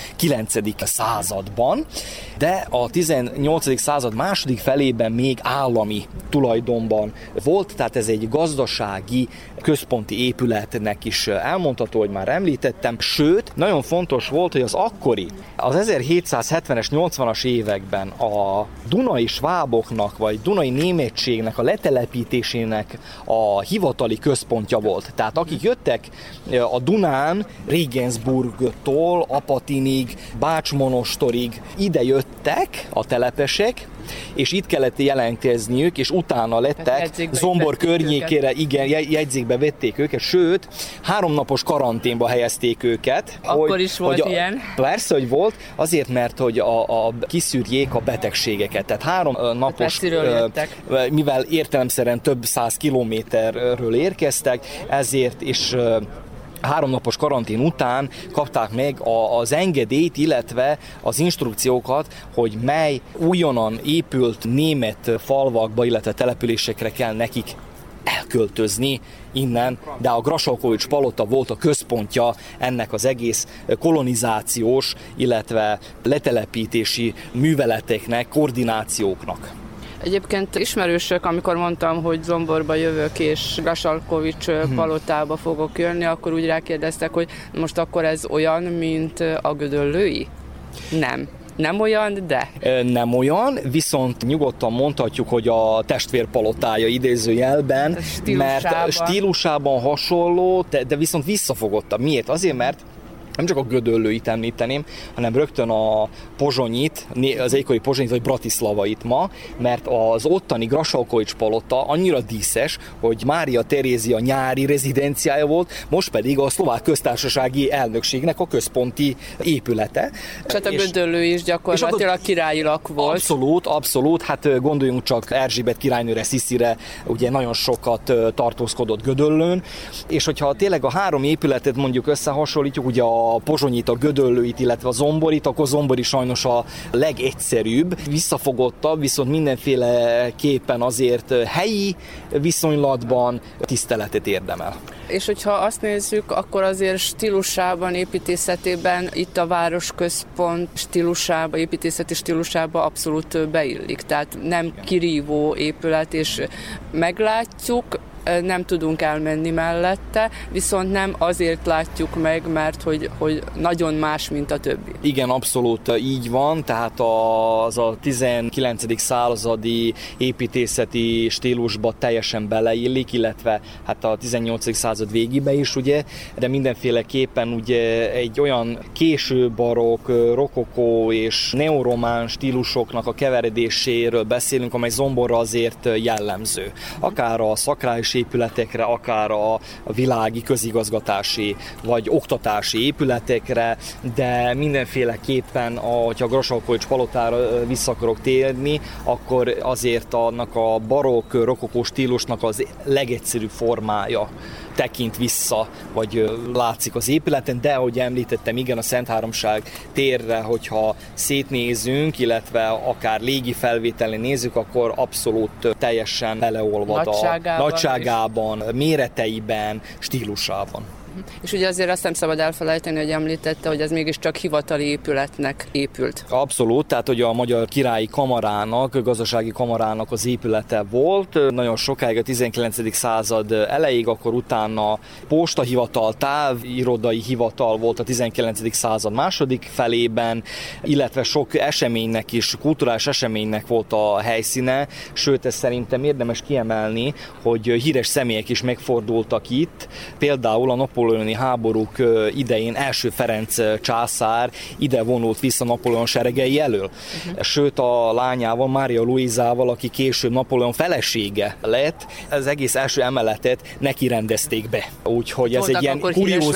19. században, de a 18. század második felében még állami tulajdonban volt, tehát ez egy gazdasági központi épületnek is elmondható, hogy már említettem, sőt, nagyon fontos volt, hogy az akkori, az 1770-es, 80-as években a dunai sváboknak, vagy dunai németségnek a letelepítésének a hivatali központja volt. Tehát akik jöttek a Dunán, Regensburgtól, Apatinig, Bács-Monostorig, ide jöttek a telepesek, és itt kellett jelentkezniük, és utána lettek Zombor környékére, igen, jegyzékbe vették őket, sőt, 3 napos karanténba helyezték őket. Akkor is volt ilyen? Persze, hogy volt, azért, mert hogy kiszűrjék a betegségeket. Tehát 3 napos, mivel értelemszerűen több 100 kilométerről érkeztek, ezért is 3 napos karantén után kapták meg az engedélyt, illetve az instrukciókat, hogy mely újonnan épült német falvakba, illetve településekre kell nekik elköltözni innen, de a Grassalkovich palota volt a központja ennek az egész kolonizációs, illetve letelepítési műveleteknek, koordinációknak. Egyébként ismerősök, amikor mondtam, hogy Zomborba jövök és Grassalkovich palotába fogok jönni, akkor úgy rákérdeztek, hogy most akkor ez olyan, mint a Gödöllői? Nem olyan, de? Nem olyan, viszont nyugodtan mondhatjuk, hogy a testvérpalotája idézőjelben, mert stílusában hasonló, de viszont visszafogottabb. Miért? Azért, mert nem csak a Gödöllőit említeném, hanem rögtön a Pozsonyit, az egykori Pozsonyit vagy Bratislavait ma, mert az ottani Grassalkovich palota annyira díszes, hogy Mária Terézia nyári rezidenciája volt, most pedig a szlovák köztársasági elnökségnek a központi épülete. Tehát a Gödöllő is gyakorlatilag királyi lak volt. Abszolút, hát gondoljunk csak Erzsébet királynőre, Sziszire, ugye nagyon sokat tartózkodott Gödöllőn, és hogyha tényleg a három épületet mondjuk összehasonlítjuk, ugye a Pozsonyit, a Gödöllőit, illetve a Zomborit, akkor Zombori sajnos a legegyszerűbb, visszafogottabb, viszont mindenféleképpen azért helyi viszonylatban tiszteletet érdemel. És hogyha azt nézzük, akkor azért stílusában, építészetében itt a városközpont stílusába, építészeti stílusába abszolút beillik. Tehát nem kirívó épület, és meglátjuk, nem tudunk elmenni mellette, viszont nem azért látjuk meg, mert hogy nagyon más, mint a többi. Igen, abszolút így van, tehát az a 19. századi építészeti stílusba teljesen beleillik, illetve hát a 18. század végébe is, ugye, de mindenféleképpen ugye egy olyan késő barokk, rokokó és neoromán stílusoknak a keveredéséről beszélünk, amely Zomborra azért jellemző. Akár a szakrális épületekre, akár a világi közigazgatási vagy oktatási épületekre, de mindenféleképpen, hogyha a Grassalkovich palotára vissza akarok térni, akkor azért annak a barokk, rokokó stílusnak az legegyszerűbb formája tekint vissza, vagy látszik az épületen, de ahogy említettem, igen, a Szentháromság térre, hogyha szétnézünk, illetve akár légi felvételen nézzük, akkor abszolút teljesen beleolvad a nagyságában, méreteiben, stílusában. És ugye azért azt nem szabad elfelejteni, hogy említette, hogy ez mégiscsak hivatali épületnek épült. Abszolút, tehát hogy a Magyar Királyi Kamarának, gazdasági kamarának az épülete volt. Nagyon sokáig a 19. század elejéig, akkor utána postahivatal, távirodai hivatal volt a 19. század második felében, illetve sok eseménynek is, kulturális eseménynek volt a helyszíne, sőt, ezt szerintem érdemes kiemelni, hogy híres személyek is megfordultak itt, például a napóleoni háborúk idején első Ferenc császár ide vonult vissza Napóleon seregei elől. Sőt, a lányával, Mária Luizával, aki később Napóleon felesége lett, az egész első emeletet neki rendezték be. Úgyhogy ez egy ilyen kurióz...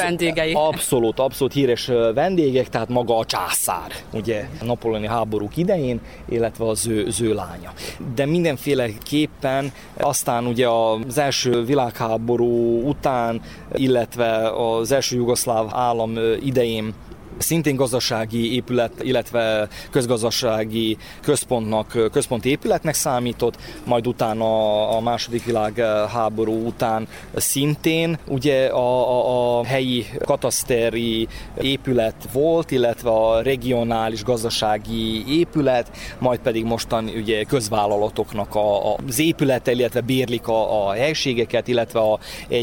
Abszolút híres vendégek, tehát maga a császár, ugye, a napóleoni háborúk idején, illetve az ő lánya. De mindenféleképpen aztán ugye az első világháború után, illetve az első jugoszláv állam idején szintén gazdasági épület, illetve közgazdasági központi épületnek számított, majd utána a második világháború után szintén ugye a helyi kataszteri épület volt, illetve a regionális gazdasági épület, majd pedig mostan ugye közvállalatoknak az épülete, illetve bérlik a helységeket, illetve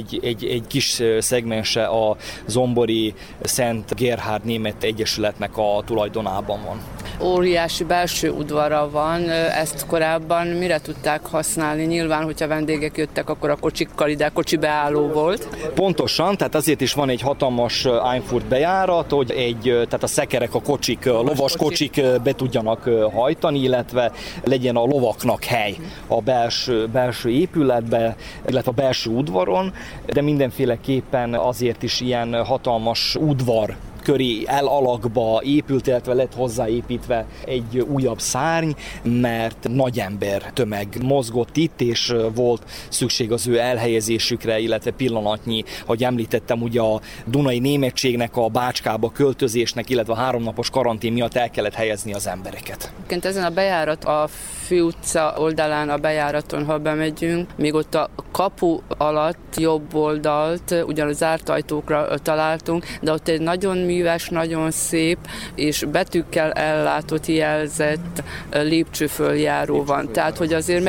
egy kis szegmense a zombori Szent Gerhard német egyesületnek a tulajdonában van. Óriási belső udvara van, ezt korábban mire tudták használni? Nyilván, hogyha vendégek jöttek, akkor a kocsikkal ide, kocsi beálló volt. Pontosan, tehát azért is van egy hatalmas Einfurt bejárat, hogy tehát a szekerek, a kocsik, a lovas kocsik be tudjanak hajtani, illetve legyen a lovaknak hely a belső épületbe, illetve a belső udvaron, de mindenféleképpen azért is ilyen hatalmas udvar köré elalakba épült, illetve lett hozzáépítve egy újabb szárny, mert nagy ember tömeg mozgott itt, és volt szükség az ő elhelyezésükre, illetve pillanatnyi, hogy említettem, ugye a Dunai Németségnek a Bácskába költözésnek, illetve a 3 napos karantén miatt el kellett helyezni az embereket. Ezen a bejárat, a Főutca oldalán a bejáraton, ha bemegyünk, még ott a kapu alatt jobb oldalt, ugyan zárt ajtókra találtunk, de ott egy nagyon műves, nagyon szép és betűkkel ellátott, jelzett lépcsőföljáró van. Tehát, hogy azért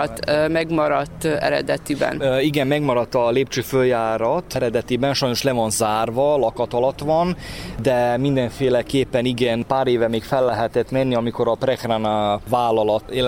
megmaradt eredetiben. Igen, megmaradt a lépcsőföljárat eredetiben, sajnos le van zárva, lakat alatt van, de mindenféleképpen igen, pár éve még fel lehetett menni, amikor a Prehrana vállalat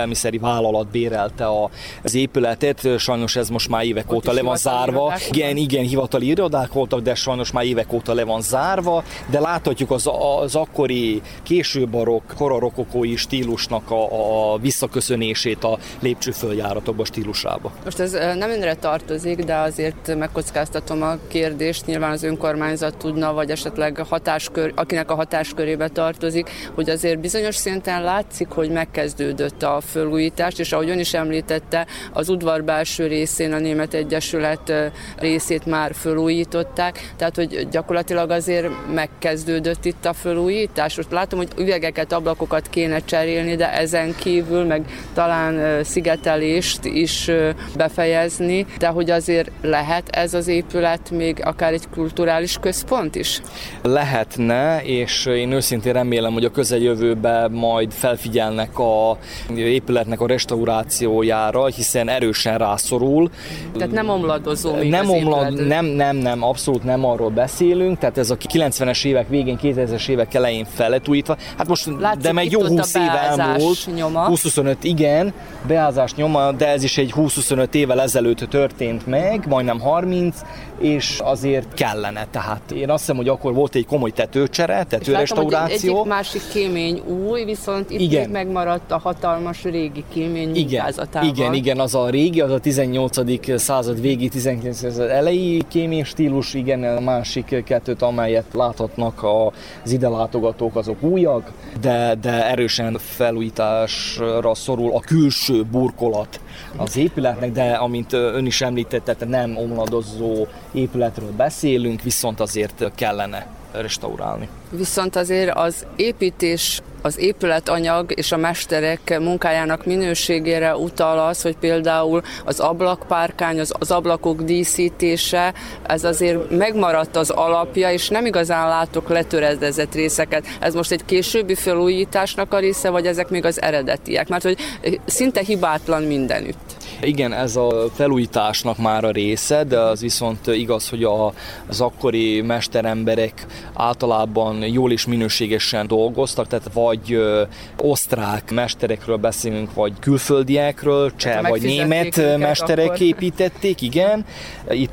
élelmiszeri vállalat bérelte az épületet, sajnos ez most már évek óta le van zárva. Igen, hivatali irodák voltak, de sajnos már évek óta le van zárva, de láthatjuk az akkori késő barokk, korarokokói stílusnak a visszaköszönését a lépcsőföljáratokba stílusába. Most ez nem önre tartozik, de azért megkockáztatom a kérdést, nyilván az önkormányzat tudna, vagy esetleg akinek a hatáskörébe tartozik, hogy azért bizonyos szinten látszik, hogy megkezdődött a fölújítás, és ahogy ön is említette, az udvar belső részén a Német Egyesület részét már fölújították, tehát hogy gyakorlatilag azért megkezdődött itt a fölújítás. Most látom, hogy üvegeket, ablakokat kéne cserélni, de ezen kívül meg talán szigetelést is befejezni, de hogy azért lehet ez az épület még akár egy kulturális központ is? Lehetne, és én őszintén remélem, hogy a közeljövőben majd felfigyelnek a épületnek a restaurációjára, hiszen erősen rászorul. Tehát nem omladozó még az épület? Nem, abszolút nem arról beszélünk, tehát ez a 90-es évek végén, 2000-es évek elején fel lett újítva. Hát most, látszik, de meg jó 20 év elmúlt, 20-25, igen, beázás nyoma, de ez is egy 20-25 évvel ezelőtt történt meg, majdnem 30, és azért kellene. Tehát én azt hiszem, hogy akkor volt egy komoly tetőcsere, tetőrestauráció. Egyik másik kémény új, viszont itt még megmaradt a hatalmas régi kémény munkázatával. Igen, az a régi, az a 18. század végi, 19. század elejé kémény stílus, igen, a másik kettőt, amelyet láthatnak az ide látogatók, azok újak, de erősen felújításra szorul a külső burkolat az épületnek, de amint ön is említette, nem omladozó épületről beszélünk, viszont azért kellene restaurálni. Viszont azért az építés, az épületanyag és a mesterek munkájának minőségére utal az, hogy például az ablakpárkány, az ablakok díszítése, ez azért megmaradt az alapja, és nem igazán látok letöredezett részeket. Ez most egy későbbi felújításnak a része, vagy ezek még az eredetiek? Mert hogy szinte hibátlan mindenütt. Igen, ez a felújításnak már a része, de az viszont igaz, hogy az akkori mesteremberek általában jól és minőségesen dolgoztak, tehát vagy osztrák mesterekről beszélünk, vagy külföldiekről, cseh vagy német mesterek akkor építették, igen. Itt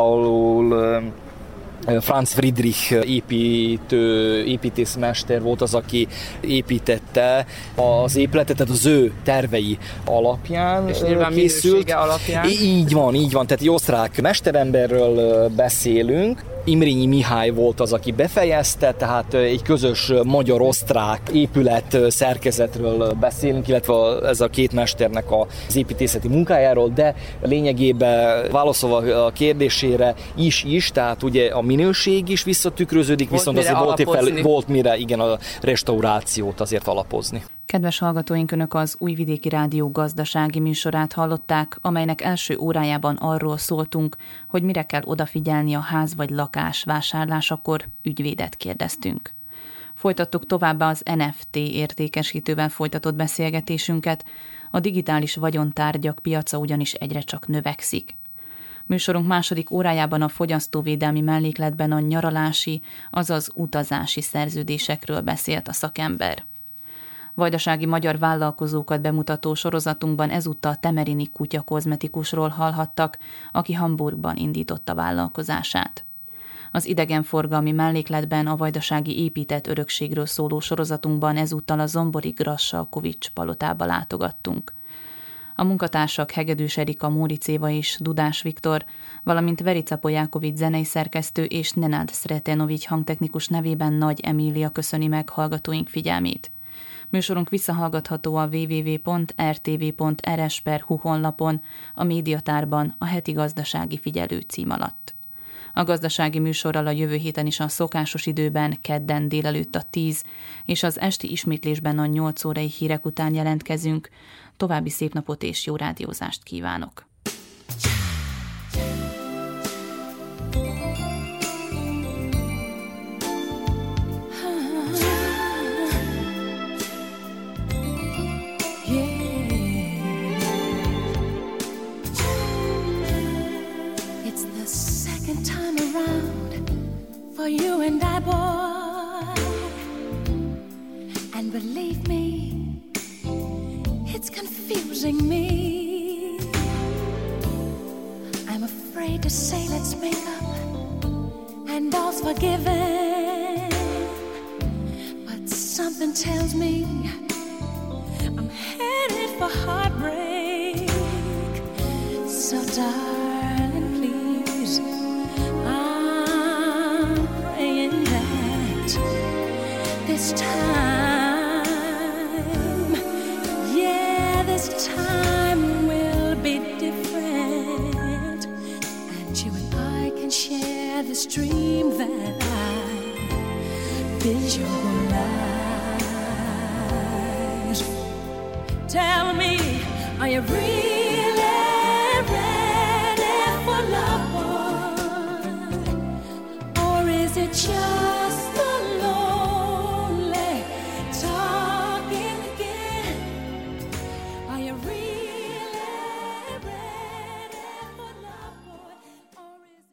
például Franz Friedrich építészmester volt az, aki építette az épületet, tehát az ő tervei alapján és nyilván készült. Alapján. Így van, tehát egy osztrák mesteremberről beszélünk. Imrényi Mihály volt az, aki befejezte, tehát egy közös magyar-osztrák épület szerkezetről beszélünk, illetve ez a két mesternek az építészeti munkájáról, de lényegében válaszolva a kérdésére is, tehát ugye a minőség is visszatükröződik, viszont azért volt mire igen a restaurációt azért alapozni. Kedves hallgatóink, Önök az Újvidéki Rádió gazdasági műsorát hallották, amelynek első órájában arról szóltunk, hogy mire kell odafigyelni a ház vagy lakás vásárlásakor, ügyvédet kérdeztünk. Folytattuk továbbá az NFT értékesítővel folytatott beszélgetésünket, a digitális vagyontárgyak piaca ugyanis egyre csak növekszik. Műsorunk második órájában a fogyasztóvédelmi mellékletben a nyaralási, azaz utazási szerződésekről beszélt a szakember. Vajdasági magyar vállalkozókat bemutató sorozatunkban ezúttal Temerini Kutya kozmetikusról hallhattak, aki Hamburgban indította vállalkozását. Az idegenforgalmi mellékletben a vajdasági épített örökségről szóló sorozatunkban ezúttal a zombori Grassalkovics palotába látogattunk. A munkatársak Hegedűs Erika, Móricz Éva és Dudás Viktor, valamint Verica Polyákovics zenei szerkesztő és Nenad Sretenovics hangtechnikus nevében Nagy Emília köszöni meg hallgatóink figyelmét. Műsorunk visszahallgatható a www.rtv.rs.hu honlapon, a médiatárban, a heti gazdasági figyelő cím alatt. A gazdasági műsorral a jövő héten is a szokásos időben, kedden délelőtt a 10, és az esti ismétlésben a 8 órai hírek után jelentkezünk. További szép napot és jó rádiózást kívánok! For you and I, boy, and believe me, it's confusing me. I'm afraid to say let's make up and all's forgiven, but something tells me I'm headed for heartbreak. So darling, please, I'm praying that this time, yeah, this time will be different, and you and I can share this dream that I visualize. Tell me, are you real?